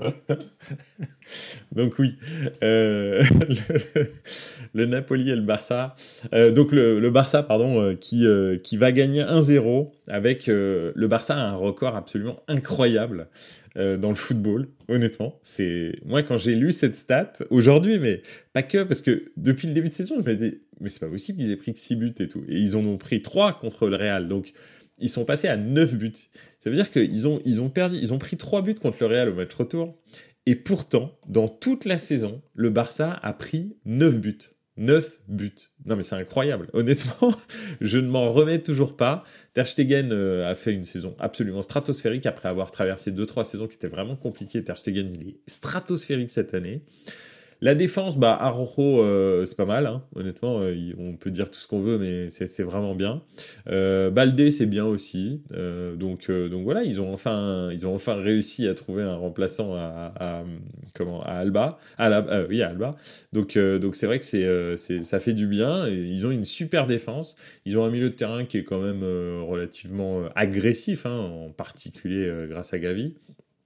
Donc oui, euh, le, le Napoli et le Barça. Euh, donc le, le Barça, pardon, euh, qui euh, qui va gagner un zéro avec euh, le Barça a un record absolument incroyable. Euh, dans le football, honnêtement, c'est moi quand j'ai lu cette stat aujourd'hui, mais pas que parce que depuis le début de saison, je me dis mais c'est pas possible qu'ils aient pris que six buts et tout, et ils en ont pris trois contre le Real, donc ils sont passés à neuf buts. Ça veut dire qu'ils ont ils ont perdu, ils ont pris trois buts contre le Real au match retour, et pourtant dans toute la saison, le Barça a pris neuf buts. neuf buts. Non mais c'est incroyable. Honnêtement, je ne m'en remets toujours pas. Ter Stegen euh, a fait une saison absolument stratosphérique après avoir traversé deux trois saisons qui étaient vraiment compliquées. Ter Stegen, il est stratosphérique cette année. La défense, bah Araujo, euh, c'est pas mal, hein. Honnêtement, euh, on peut dire tout ce qu'on veut, mais c'est, c'est vraiment bien. Euh, Baldé, c'est bien aussi. Euh, donc, euh, donc voilà, ils ont enfin, ils ont enfin réussi à trouver un remplaçant à, à comment, à Alba, à la, euh, oui, à Alba. Donc, euh, donc c'est vrai que c'est, euh, c'est, ça fait du bien. Et ils ont une super défense. Ils ont un milieu de terrain qui est quand même euh, relativement agressif, hein, en particulier euh, grâce à Gavi.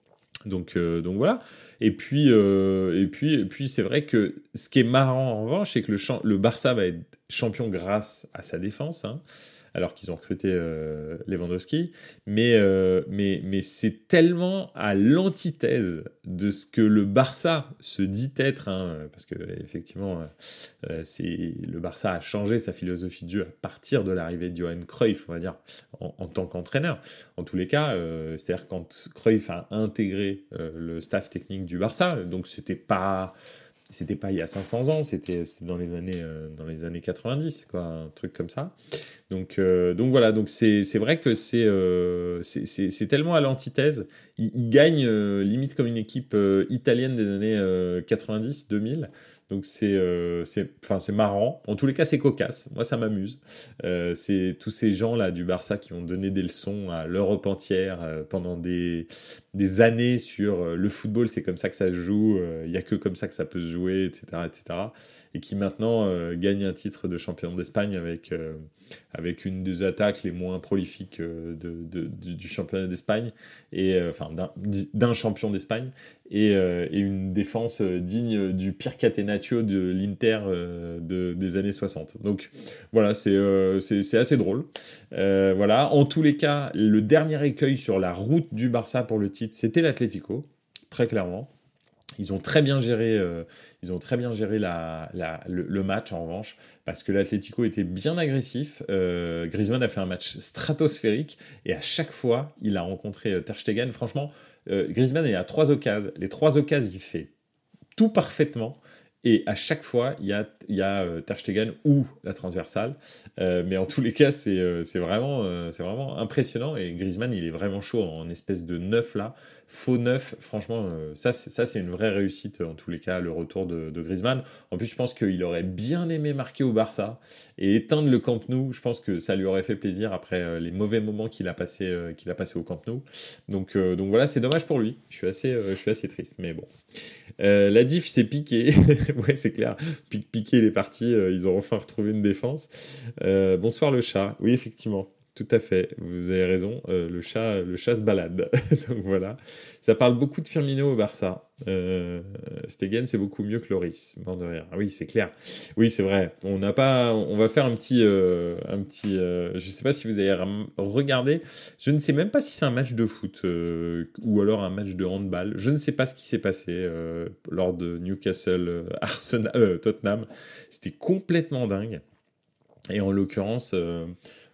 Donc, euh, donc voilà. Et puis, euh, et puis, et puis, c'est vrai que ce qui est marrant en revanche, c'est que le, champ, le Barça va être champion grâce à sa défense, hein, alors qu'ils ont recruté euh, Lewandowski. Mais, euh, mais, mais c'est tellement à l'antithèse de ce que le Barça se dit être, hein, parce que effectivement, euh, c'est le Barça a changé sa philosophie de jeu à partir de l'arrivée de Johan Cruyff, on va dire, en, en tant qu'entraîneur. En tous les cas, euh, c'est-à-dire quand Cruyff a intégré euh, le staff technique du Barça, donc c'était pas c'était pas il y a cinq cents ans, c'était, c'était dans les années euh, dans les années quatre-vingt-dix, quoi, un truc comme ça. Donc euh, donc voilà, donc c'est c'est vrai que c'est euh, c'est, c'est c'est tellement à l'antithèse. Ils, ils gagnent euh, limite comme une équipe euh, italienne des années euh, quatre-vingt-dix deux mille. Donc c'est euh, c'est enfin c'est marrant. En tous les cas, c'est cocasse. Moi, ça m'amuse. Euh, c'est tous ces gens là du Barça qui ont donné des leçons à l'Europe entière euh, pendant des des années sur euh, le football. C'est comme ça que ça se joue. Il euh, y a que comme ça que ça peut se jouer, et cetera, et cetera. Et qui maintenant euh, gagne un titre de champion d'Espagne avec euh, avec une des attaques les moins prolifiques euh, de, de, de du championnat d'Espagne et euh, enfin d'un d'un champion d'Espagne et, euh, et une défense digne du pire catenaccio de l'Inter euh, de, des années soixante. Donc voilà, c'est, euh, c'est, c'est assez drôle. Euh, voilà, en tous les cas, le dernier écueil sur la route du Barça pour le titre, c'était l'Atlético, très clairement. Ils ont très bien géré, euh, ils ont très bien géré la, la, le, le match en revanche, parce que l'Atlético était bien agressif. Euh, Griezmann a fait un match stratosphérique et à chaque fois, il a rencontré euh, Ter Stegen. Franchement, euh, Griezmann est à trois occasions. Les trois occasions, il fait tout parfaitement. Et à chaque fois, il y a, il y a euh, Ter Stegen ou la transversale. Euh, mais en tous les cas, c'est, euh, c'est, vraiment, euh, c'est vraiment impressionnant. Et Griezmann, il est vraiment chaud en espèce de neuf là. Faux neuf, franchement, euh, ça, c'est, ça c'est une vraie réussite en tous les cas, le retour de, de Griezmann. En plus, je pense qu'il aurait bien aimé marquer au Barça et éteindre le Camp Nou. Je pense que ça lui aurait fait plaisir après euh, les mauvais moments qu'il a passé, euh, qu'il a passé au Camp Nou. Donc, euh, donc voilà, c'est dommage pour lui. Je suis assez, euh, je suis assez triste, mais bon. Euh, la diff, c'est Piqué. Ouais, c'est clair. Piqué, il est parti. Euh, ils ont enfin retrouvé une défense. Euh, bonsoir le chat. Oui, effectivement. Tout à fait, vous avez raison, euh, le chat le chat se balade. Donc voilà, ça parle beaucoup de Firmino au Barça. Euh, Stegen, c'est beaucoup mieux que Loris, mort de rire. Ah oui, c'est clair. Oui, c'est vrai. On n'a pas, on va faire un petit, euh, un petit. Euh, je sais pas si vous avez regardé. Je ne sais même pas si c'est un match de foot euh, ou alors un match de handball. Je ne sais pas ce qui s'est passé euh, lors de Newcastle, euh, Arsenal, euh, Tottenham. C'était complètement dingue. Et en l'occurrence. Euh,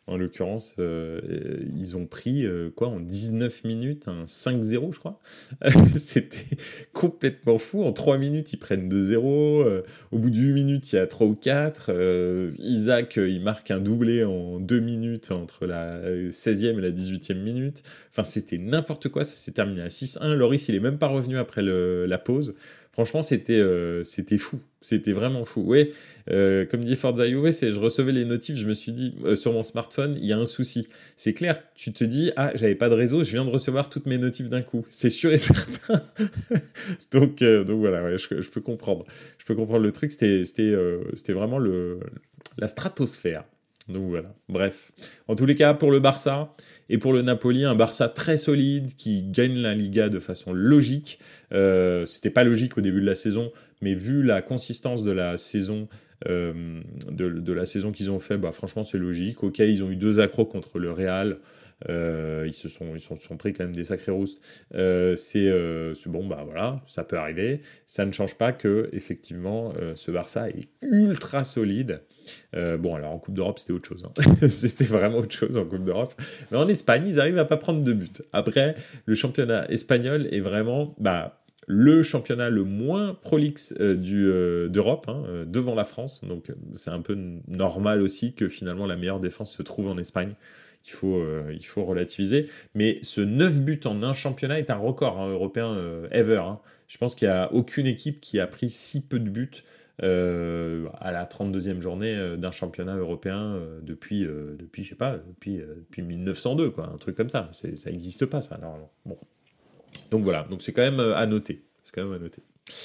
En l'occurrence, euh, ils ont pris, euh, quoi, en dix-neuf minutes, un cinq zéro, je crois. C'était complètement fou. En trois minutes, ils prennent deux zéro. Euh, au bout de huit minutes, il y a trois ou quatre. Euh, Isaac, euh, il marque un doublé en deux minutes entre la seizième et la dix-huitième minute. Enfin, c'était n'importe quoi. Ça s'est terminé à six un. Loris, il est même pas revenu après le, la pause. Franchement, c'était euh, c'était fou. C'était vraiment fou. Ouais, euh, comme dit Forza Juve, c'est je recevais les notifs, je me suis dit euh, sur mon smartphone, il y a un souci. C'est clair, tu te dis ah, j'avais pas de réseau, je viens de recevoir toutes mes notifs d'un coup. C'est sûr et certain. donc euh, donc voilà, ouais, je, je peux comprendre. Je peux comprendre le truc, c'était c'était euh, c'était vraiment le la stratosphère. Donc voilà. Bref, en tous les cas pour le Barça et pour le Napoli, un Barça très solide qui gagne la Liga de façon logique. Euh, c'était pas logique au début de la saison, mais vu la consistance de la saison, euh, de, de la saison qu'ils ont fait, bah franchement c'est logique. Ok, ils ont eu deux accros contre le Real. Euh, ils se sont ils sont, sont pris quand même des sacrés roustes. Euh, c'est, euh, c'est bon, bah voilà, ça peut arriver. Ça ne change pas que effectivement euh, ce Barça est ultra solide. Euh, bon, alors en Coupe d'Europe, c'était autre chose. Hein. C'était vraiment autre chose en Coupe d'Europe. Mais en Espagne, ils arrivent à pas prendre de but. Après, le championnat espagnol est vraiment bah, le championnat le moins prolixe euh, du, euh, d'Europe, hein, euh, devant la France. Donc, c'est un peu normal aussi que finalement la meilleure défense se trouve en Espagne. Il faut, euh, il faut relativiser. Mais ce neuf buts en un championnat est un record hein, européen euh, ever. Hein. Je pense qu'il n'y a aucune équipe qui a pris si peu de buts Euh, à la trente-deuxième journée euh, d'un championnat européen euh, depuis, euh, depuis, je sais pas, depuis, euh, depuis mille neuf cent deux, quoi, un truc comme ça. C'est, ça n'existe pas, ça, normalement. Bon. Donc voilà, donc c'est quand même euh, à noter. C'est quand même à noter.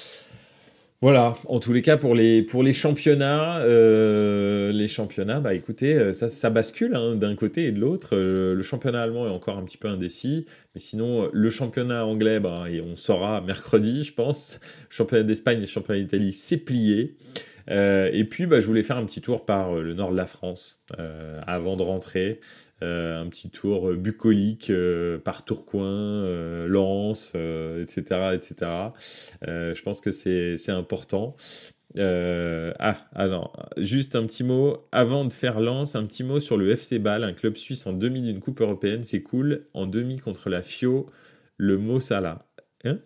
Voilà, en tous les cas pour les pour les championnats, euh, les championnats, bah écoutez, ça ça bascule hein, d'un côté et de l'autre. Euh, le championnat allemand est encore un petit peu indécis, mais sinon le championnat anglais, bah et on saura mercredi, je pense. Le championnat d'Espagne et le championnat d'Italie, c'est plié. Euh, et puis bah je voulais faire un petit tour par le nord de la France euh, avant de rentrer. Euh, un petit tour bucolique euh, par Tourcoing, euh, Lens, euh, et cetera, et cetera. Euh, je pense que c'est c'est important. Euh, ah, alors, juste un petit mot avant de faire Lens, un petit mot sur le F C Bâle, un club suisse en demi d'une coupe européenne, c'est cool. En demi contre la Fio, le Mo Salah. Hein?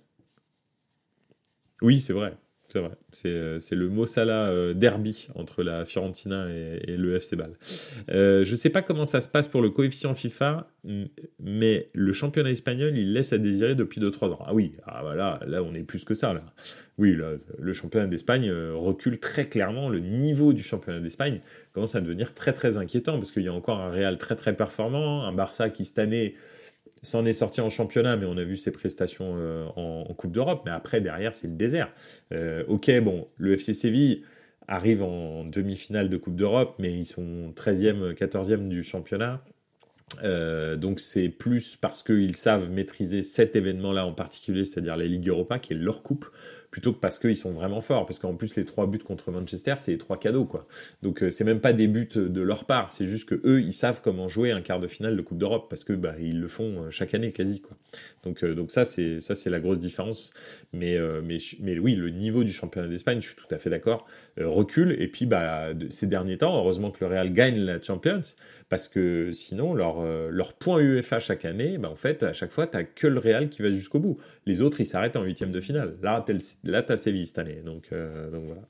Oui, c'est vrai. C'est vrai, c'est, euh, c'est le Mo Salah euh, derby entre la Fiorentina et, et le F C Bâle. Euh, je ne sais pas comment ça se passe pour le coefficient FIFA, m- mais le championnat espagnol, il laisse à désirer depuis deux trois ans. Ah oui, ah voilà, là on est plus que ça. Là. Oui, là, le championnat d'Espagne euh, recule très clairement. Le niveau du championnat d'Espagne commence à devenir très très inquiétant parce qu'il y a encore un Real très très performant, un Barça qui cette année s'en est sorti en championnat, mais on a vu ses prestations euh, en, en Coupe d'Europe. Mais après, derrière, c'est le désert. Euh, ok, bon, le F C Séville arrive en demi-finale de Coupe d'Europe, mais ils sont treizième, quatorzième du championnat. Euh, donc c'est plus parce qu'ils savent maîtriser cet événement-là en particulier, c'est-à-dire la Ligue Europa, qui est leur coupe, plutôt que parce qu'ils sont vraiment forts. Parce qu'en plus, les trois buts contre Manchester, c'est les trois cadeaux, quoi. Donc euh, c'est même pas des buts de leur part, c'est juste que eux, ils savent comment jouer un quart de finale de Coupe d'Europe, parce que bah ils le font chaque année quasi, quoi. Donc euh, donc ça c'est ça c'est la grosse différence. Mais euh, mais mais oui, le niveau du championnat d'Espagne, je suis tout à fait d'accord, euh, recule. Et puis bah de, ces derniers temps, heureusement que le Real gagne la Champions. Parce que sinon, leur, euh, leur point UEFA chaque année, bah en fait, à chaque fois, tu n'as que le Real qui va jusqu'au bout. Les autres, ils s'arrêtent en huitième de finale. Là, tu as Séville cette année. Donc, euh, donc voilà.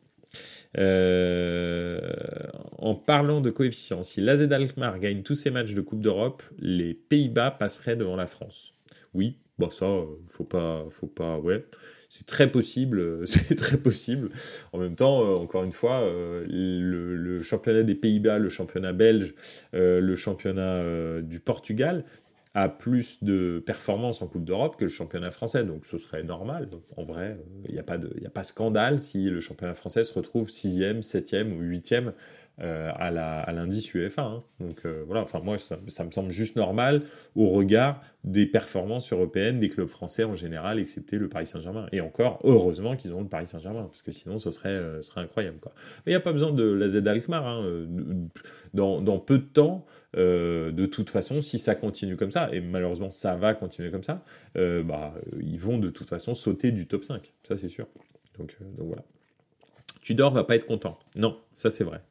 Euh, en parlant de coefficients, si l'A Z Alkmaar gagne tous ses matchs de Coupe d'Europe, les Pays-Bas passeraient devant la France. Oui, bon ça, faut pas, faut pas, ouais. C'est très possible, c'est très possible. En même temps, euh, encore une fois, euh, le, le championnat des Pays-Bas, le championnat belge, euh, le championnat euh, du Portugal a plus de performances en Coupe d'Europe que le championnat français. Donc ce serait normal. En vrai, il n'y a pas de, y a pas scandale si le championnat français se retrouve sixième, septième ou huitième euh, à, la, à l'indice UEFA. Hein. Donc euh, voilà, enfin moi, ça, ça me semble juste normal au regard des performances européennes des clubs français en général, excepté le Paris Saint-Germain. Et encore, heureusement qu'ils ont le Paris Saint-Germain, parce que sinon ce serait, euh, ce serait incroyable, quoi. Mais il n'y a pas besoin de l'A Z Alkmaar. Hein. Dans, dans peu de temps, euh, de toute façon, si ça continue comme ça, et malheureusement ça va continuer comme ça, euh, bah, ils vont de toute façon sauter du top cinq, ça c'est sûr. Donc, euh, donc voilà. Tudor va pas être content. Non, ça c'est vrai.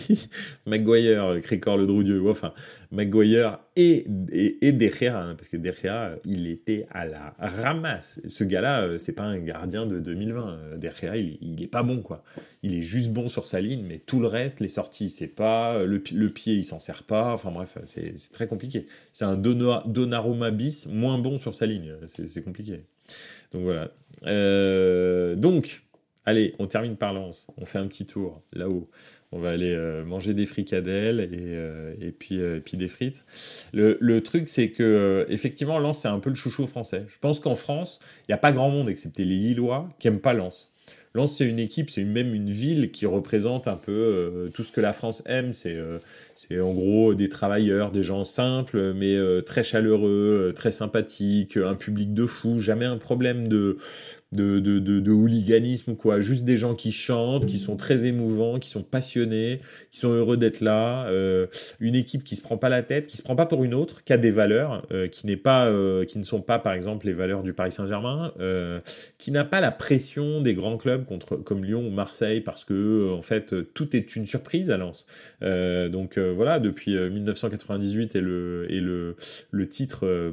Maguire, Crécor, le Droudieu, enfin, Maguire et, et, et De Gea, hein, parce que De Gea, il était à la ramasse. Ce gars-là, c'est pas un gardien de deux mille vingt. De Gea, il, il est pas bon, quoi. Il est juste bon sur sa ligne, mais tout le reste, les sorties, il sait pas, le, le pied, il s'en sert pas, enfin bref, c'est, c'est très compliqué. C'est un Donnarumma bis moins bon sur sa ligne, c'est, c'est compliqué. Donc voilà. Euh, donc, allez, on termine par Lens. On fait un petit tour là-haut. On va aller euh, manger des fricadelles et, euh, et, puis, euh, et puis des frites. Le, le truc, c'est que euh, effectivement, Lens, c'est un peu le chouchou français. Je pense qu'en France, il n'y a pas grand monde, excepté les Lillois, qui n'aiment pas Lens. Lens, c'est une équipe, c'est même une ville qui représente un peu euh, tout ce que la France aime. C'est, euh, c'est en gros des travailleurs, des gens simples, mais euh, très chaleureux, euh, très sympathiques, un public de fous, jamais un problème de... De, de, de, de hooliganisme ou quoi, juste des gens qui chantent, qui sont très émouvants, qui sont passionnés, qui sont heureux d'être là, euh, une équipe qui se prend pas la tête, qui se prend pas pour une autre, qui a des valeurs, euh, qui n'est pas, euh, qui ne sont pas par exemple les valeurs du Paris Saint-Germain, euh, qui n'a pas la pression des grands clubs contre, comme Lyon ou Marseille, parce que euh, en fait tout est une surprise à Lens. Euh, donc euh, voilà, depuis euh, dix-neuf cent quatre-vingt-dix-huit et le et le le titre euh,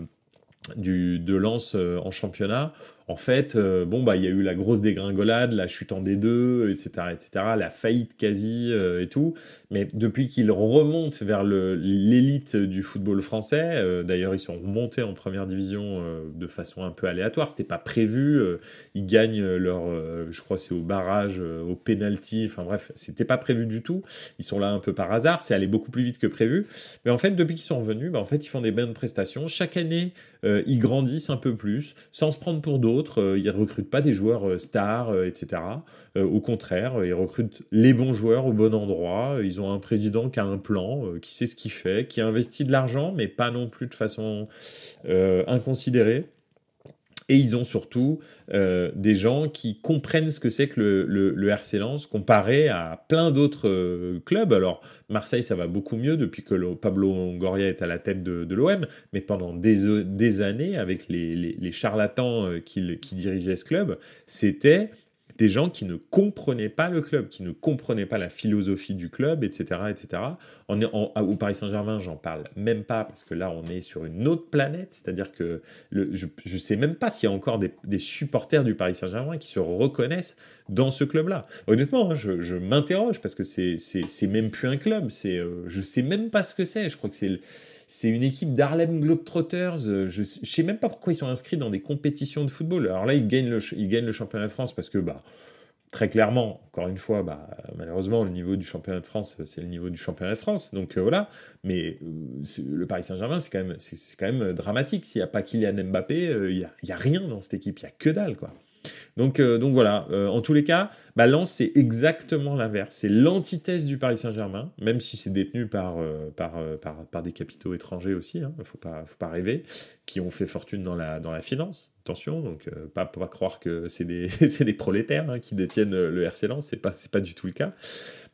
du de Lens euh, en championnat. En fait, euh, bon bah il y a eu la grosse dégringolade, la chute en D deux, et cetera, et cetera, la faillite quasi euh, et tout. Mais depuis qu'ils remontent vers le, l'élite du football français, euh, d'ailleurs ils sont remontés en première division euh, de façon un peu aléatoire, c'était pas prévu. Euh, ils gagnent leur, euh, je crois c'est au barrage, euh, au penalty. Enfin bref, c'était pas prévu du tout. Ils sont là un peu par hasard. C'est allé beaucoup plus vite que prévu. Mais en fait, depuis qu'ils sont revenus, bah en fait ils font des bonnes prestations. Chaque année, euh, ils grandissent un peu plus, sans se prendre pour d'autres. Euh, ils recrutent pas des joueurs euh, stars, euh, et cetera. Euh, au contraire, euh, ils recrutent les bons joueurs au bon endroit. Ils ont un président qui a un plan, euh, qui sait ce qu'il fait, qui investit de l'argent, mais pas non plus de façon euh, inconsidérée. Et ils ont surtout euh, des gens qui comprennent ce que c'est que le, le, le R C Lens comparé à plein d'autres euh, clubs. Alors, Marseille, ça va beaucoup mieux depuis que le, Pablo Longoria est à la tête de, de l'O M, mais pendant des, des années, avec les, les, les charlatans euh, qui, qui dirigeaient ce club, c'était des gens qui ne comprenaient pas le club, qui ne comprenaient pas la philosophie du club, et cetera, et cetera. En, en, au Paris Saint-Germain, j'en parle même pas, parce que là, on est sur une autre planète, c'est-à-dire que le, je ne sais même pas s'il y a encore des, des supporters du Paris Saint-Germain qui se reconnaissent dans ce club-là. Honnêtement, hein, je, je m'interroge, parce que c'est, c'est, c'est même plus un club, c'est, euh, je sais même pas ce que c'est, je crois que c'est... Le, C'est une équipe d'Harlem Globetrotters. Je ne sais même pas pourquoi ils sont inscrits dans des compétitions de football. Alors là, ils gagnent le, ils gagnent le championnat de France parce que, bah, très clairement, encore une fois, bah, malheureusement, le niveau du championnat de France, c'est le niveau du championnat de France. Donc euh, voilà. Mais euh, le Paris Saint-Germain, c'est quand même, c'est, c'est quand même dramatique. S'il n'y a pas Kylian Mbappé, il euh, n'y a, y a rien dans cette équipe. Il n'y a que dalle, quoi. Donc, euh, donc voilà, euh, en tous les cas, bah, Lens, c'est exactement l'inverse. C'est l'antithèse du Paris Saint-Germain, même si c'est détenu par, euh, par, euh, par, par des capitaux étrangers aussi, il hein, ne faut pas, faut pas rêver, qui ont fait fortune dans la, dans la finance. Attention, donc euh, pas, pas croire que c'est des, c'est des prolétaires hein, qui détiennent le R C Lens, c'est pas, c'est pas du tout le cas.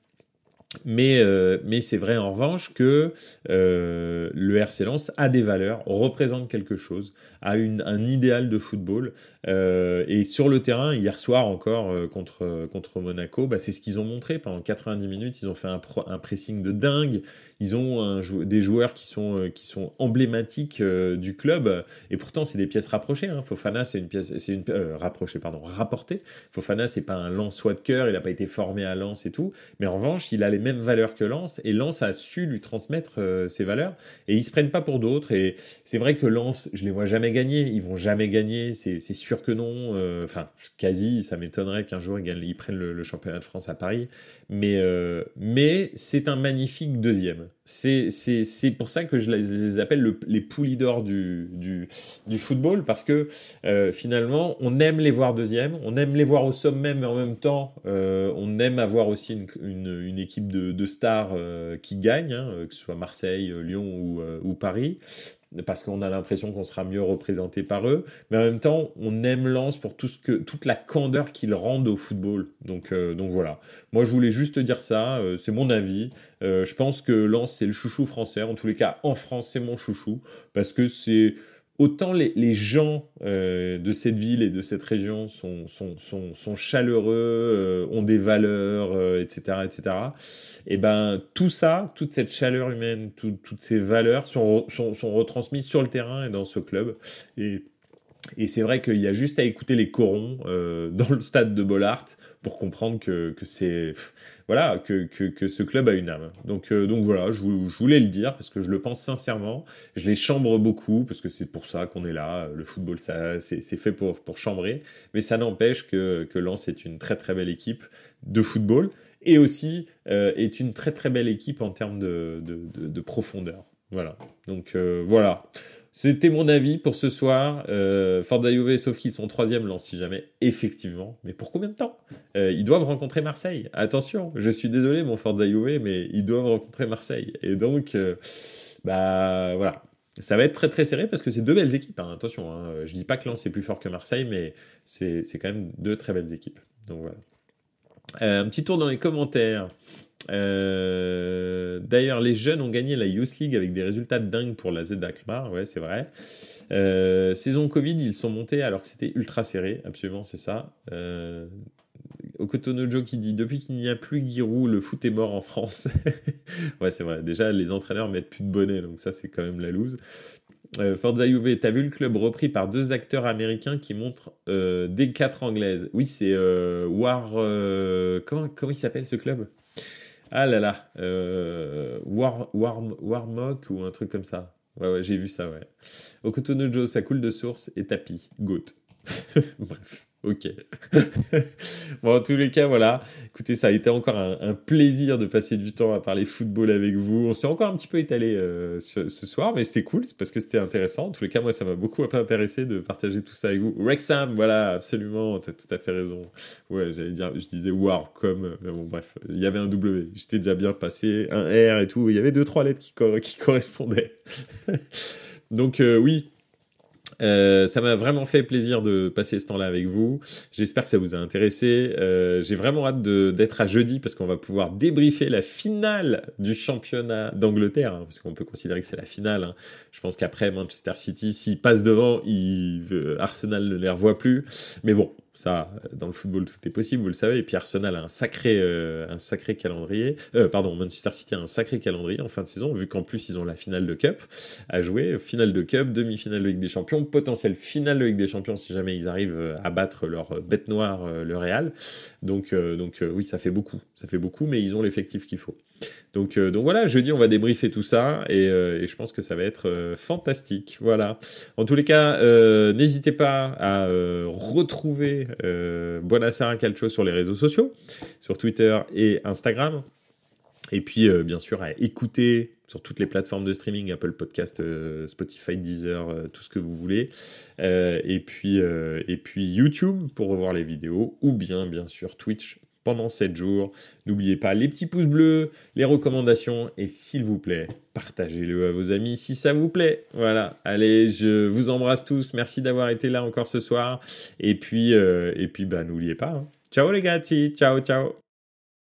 Mais, euh, mais c'est vrai en revanche que euh, le R C Lens a des valeurs, représente quelque chose, a une, un idéal de football. Euh, et sur le terrain, hier soir encore euh, contre, contre Monaco, bah, c'est ce qu'ils ont montré. Pendant quatre-vingt-dix minutes, ils ont fait un, pro, un pressing de dingue. Ils ont un, des joueurs qui sont, euh, qui sont emblématiques euh, du club. Et pourtant, c'est des pièces rapprochées. Hein. Fofana, c'est une pièce, c'est une euh, rapprochée, pardon, rapportée. Fofana, c'est pas un Lensois de cœur. Il n'a pas été formé à Lens et tout. Mais en revanche, il a les mêmes valeurs que Lens. Et Lens a su lui transmettre euh, ses valeurs. Et ils se prennent pas pour d'autres. Et c'est vrai que Lens, je les vois jamais gagner. Ils vont jamais gagner. C'est, c'est sûr que non. Enfin, euh, quasi. Ça m'étonnerait qu'un jour ils, gagnent, ils prennent le, le championnat de France à Paris. Mais, euh, mais c'est un magnifique deuxième. C'est, c'est, c'est pour ça que je les appelle le, les poulies d'or du, du, du football, parce que euh, finalement, on aime les voir deuxième, on aime les voir au sommet, mais en même temps, euh, on aime avoir aussi une, une, une équipe de, de stars euh, qui gagne, hein, que ce soit Marseille, Lyon ou, euh, ou Paris, parce qu'on a l'impression qu'on sera mieux représenté par eux, mais en même temps, on aime Lens pour tout ce que, toute la candeur qu'ils rendent au football. Donc, euh, donc voilà. Moi, je voulais juste dire ça, euh, c'est mon avis. Euh, je pense que Lens, c'est le chouchou français. En tous les cas, en France, c'est mon chouchou, parce que c'est autant les, les gens euh, de cette ville et de cette région sont, sont, sont, sont chaleureux, euh, ont des valeurs, euh, et cetera, et cetera. Et ben tout ça, toute cette chaleur humaine, tout, toutes ces valeurs sont, sont, sont retransmises sur le terrain et dans ce club. Et Et c'est vrai qu'il y a juste à écouter les corons euh, dans le stade de Bollaert pour comprendre que, que c'est voilà que, que, que ce club a une âme. Donc euh, donc voilà, je, je voulais le dire parce que je le pense sincèrement. Je les chambre beaucoup parce que c'est pour ça qu'on est là. Le football, ça c'est, c'est fait pour pour chambrer, mais ça n'empêche que que Lens est une très très belle équipe de football et aussi euh, est une très très belle équipe en termes de de, de, de profondeur. Voilà. Donc euh, voilà. C'était mon avis pour ce soir. Euh, Forza Juve, sauf qu'ils sont troisième, Lens si jamais, effectivement. Mais pour combien de temps euh, Ils doivent rencontrer Marseille. Attention, je suis désolé, mon Forza Juve, mais ils doivent rencontrer Marseille. Et donc, euh, bah voilà. Ça va être très très serré parce que c'est deux belles équipes. Hein. Attention, hein. Je dis pas que Lens est plus fort que Marseille, mais c'est, c'est quand même deux très belles équipes. Donc voilà. Euh, un petit tour dans les commentaires. Euh, d'ailleurs, les jeunes ont gagné la Youth League avec des résultats dingues pour la Z Alkmaar, ouais, c'est vrai. Euh, saison Covid, ils sont montés alors que c'était ultra serré, absolument, c'est ça. Euh, Okotonojo qui dit « Depuis qu'il n'y a plus Giroud, le foot est mort en France. » Ouais, c'est vrai. Déjà, les entraîneurs mettent plus de bonnet, donc ça, c'est quand même la loose. Euh, Forza Juve, t'as vu le club repris par deux acteurs américains qui montrent euh, des quatre anglaises. Oui, c'est euh, War... Euh, comment, comment il s'appelle ce club ? Ah là là, euh, War, War, Warmock ou un truc comme ça. Ouais, ouais, j'ai vu ça, ouais. Okotonojo, ça coule de source et tapis. Goat. Bref, ok. Bon, en tous les cas, voilà. Écoutez, ça a été encore un, un plaisir de passer du temps à parler football avec vous. On s'est encore un petit peu étalé euh, ce, ce soir, mais c'était cool, c'est parce que c'était intéressant. En tous les cas, moi, ça m'a beaucoup intéressé de partager tout ça avec vous. Wrexham, voilà, absolument, t'as tout à fait raison. Ouais, j'allais dire, je disais wow, comme, mais bon, bref, il y avait un W. J'étais déjà bien passé, un R et tout. Il y avait deux, trois lettres qui, co- qui correspondaient. Donc, euh, oui. Euh, ça m'a vraiment fait plaisir de passer ce temps-là avec vous. J'espère que ça vous a intéressé. Euh, j'ai vraiment hâte de, d'être à jeudi parce qu'on va pouvoir débriefer la finale du championnat d'Angleterre, hein, parce qu'on peut considérer que c'est la finale. Hein. Je pense qu'après Manchester City, s'il passe devant, il, euh, Arsenal ne les revoit plus. Mais bon, ça, dans le football, tout est possible, vous le savez. Et puis Arsenal a un sacré, euh, un sacré calendrier. Euh, pardon, Manchester City a un sacré calendrier en fin de saison, vu qu'en plus ils ont la finale de Cup à jouer, finale de Cup, demi-finale de Ligue des Champions, potentielle finale de Ligue des Champions si jamais ils arrivent à battre leur bête noire, le Real. Donc, euh, donc euh, oui, ça fait beaucoup, ça fait beaucoup, mais ils ont l'effectif qu'il faut. Donc, euh, donc voilà, jeudi on va débriefer tout ça et, euh, et je pense que ça va être euh, fantastique. Voilà. En tous les cas, euh, n'hésitez pas à euh, retrouver euh, Buonasera Calcio sur les réseaux sociaux, sur Twitter et Instagram. Et puis euh, bien sûr à écouter sur toutes les plateformes de streaming, Apple Podcast, euh, Spotify, Deezer, euh, tout ce que vous voulez. Euh, et puis euh, et puis YouTube pour revoir les vidéos ou bien bien sûr Twitch pendant sept jours. N'oubliez pas les petits pouces bleus, les recommandations et s'il vous plaît, partagez-le à vos amis si ça vous plaît. Voilà, allez, je vous embrasse tous. Merci d'avoir été là encore ce soir. Et puis, euh, et puis bah, n'oubliez pas. Hein. Ciao les gars, ciao, ciao.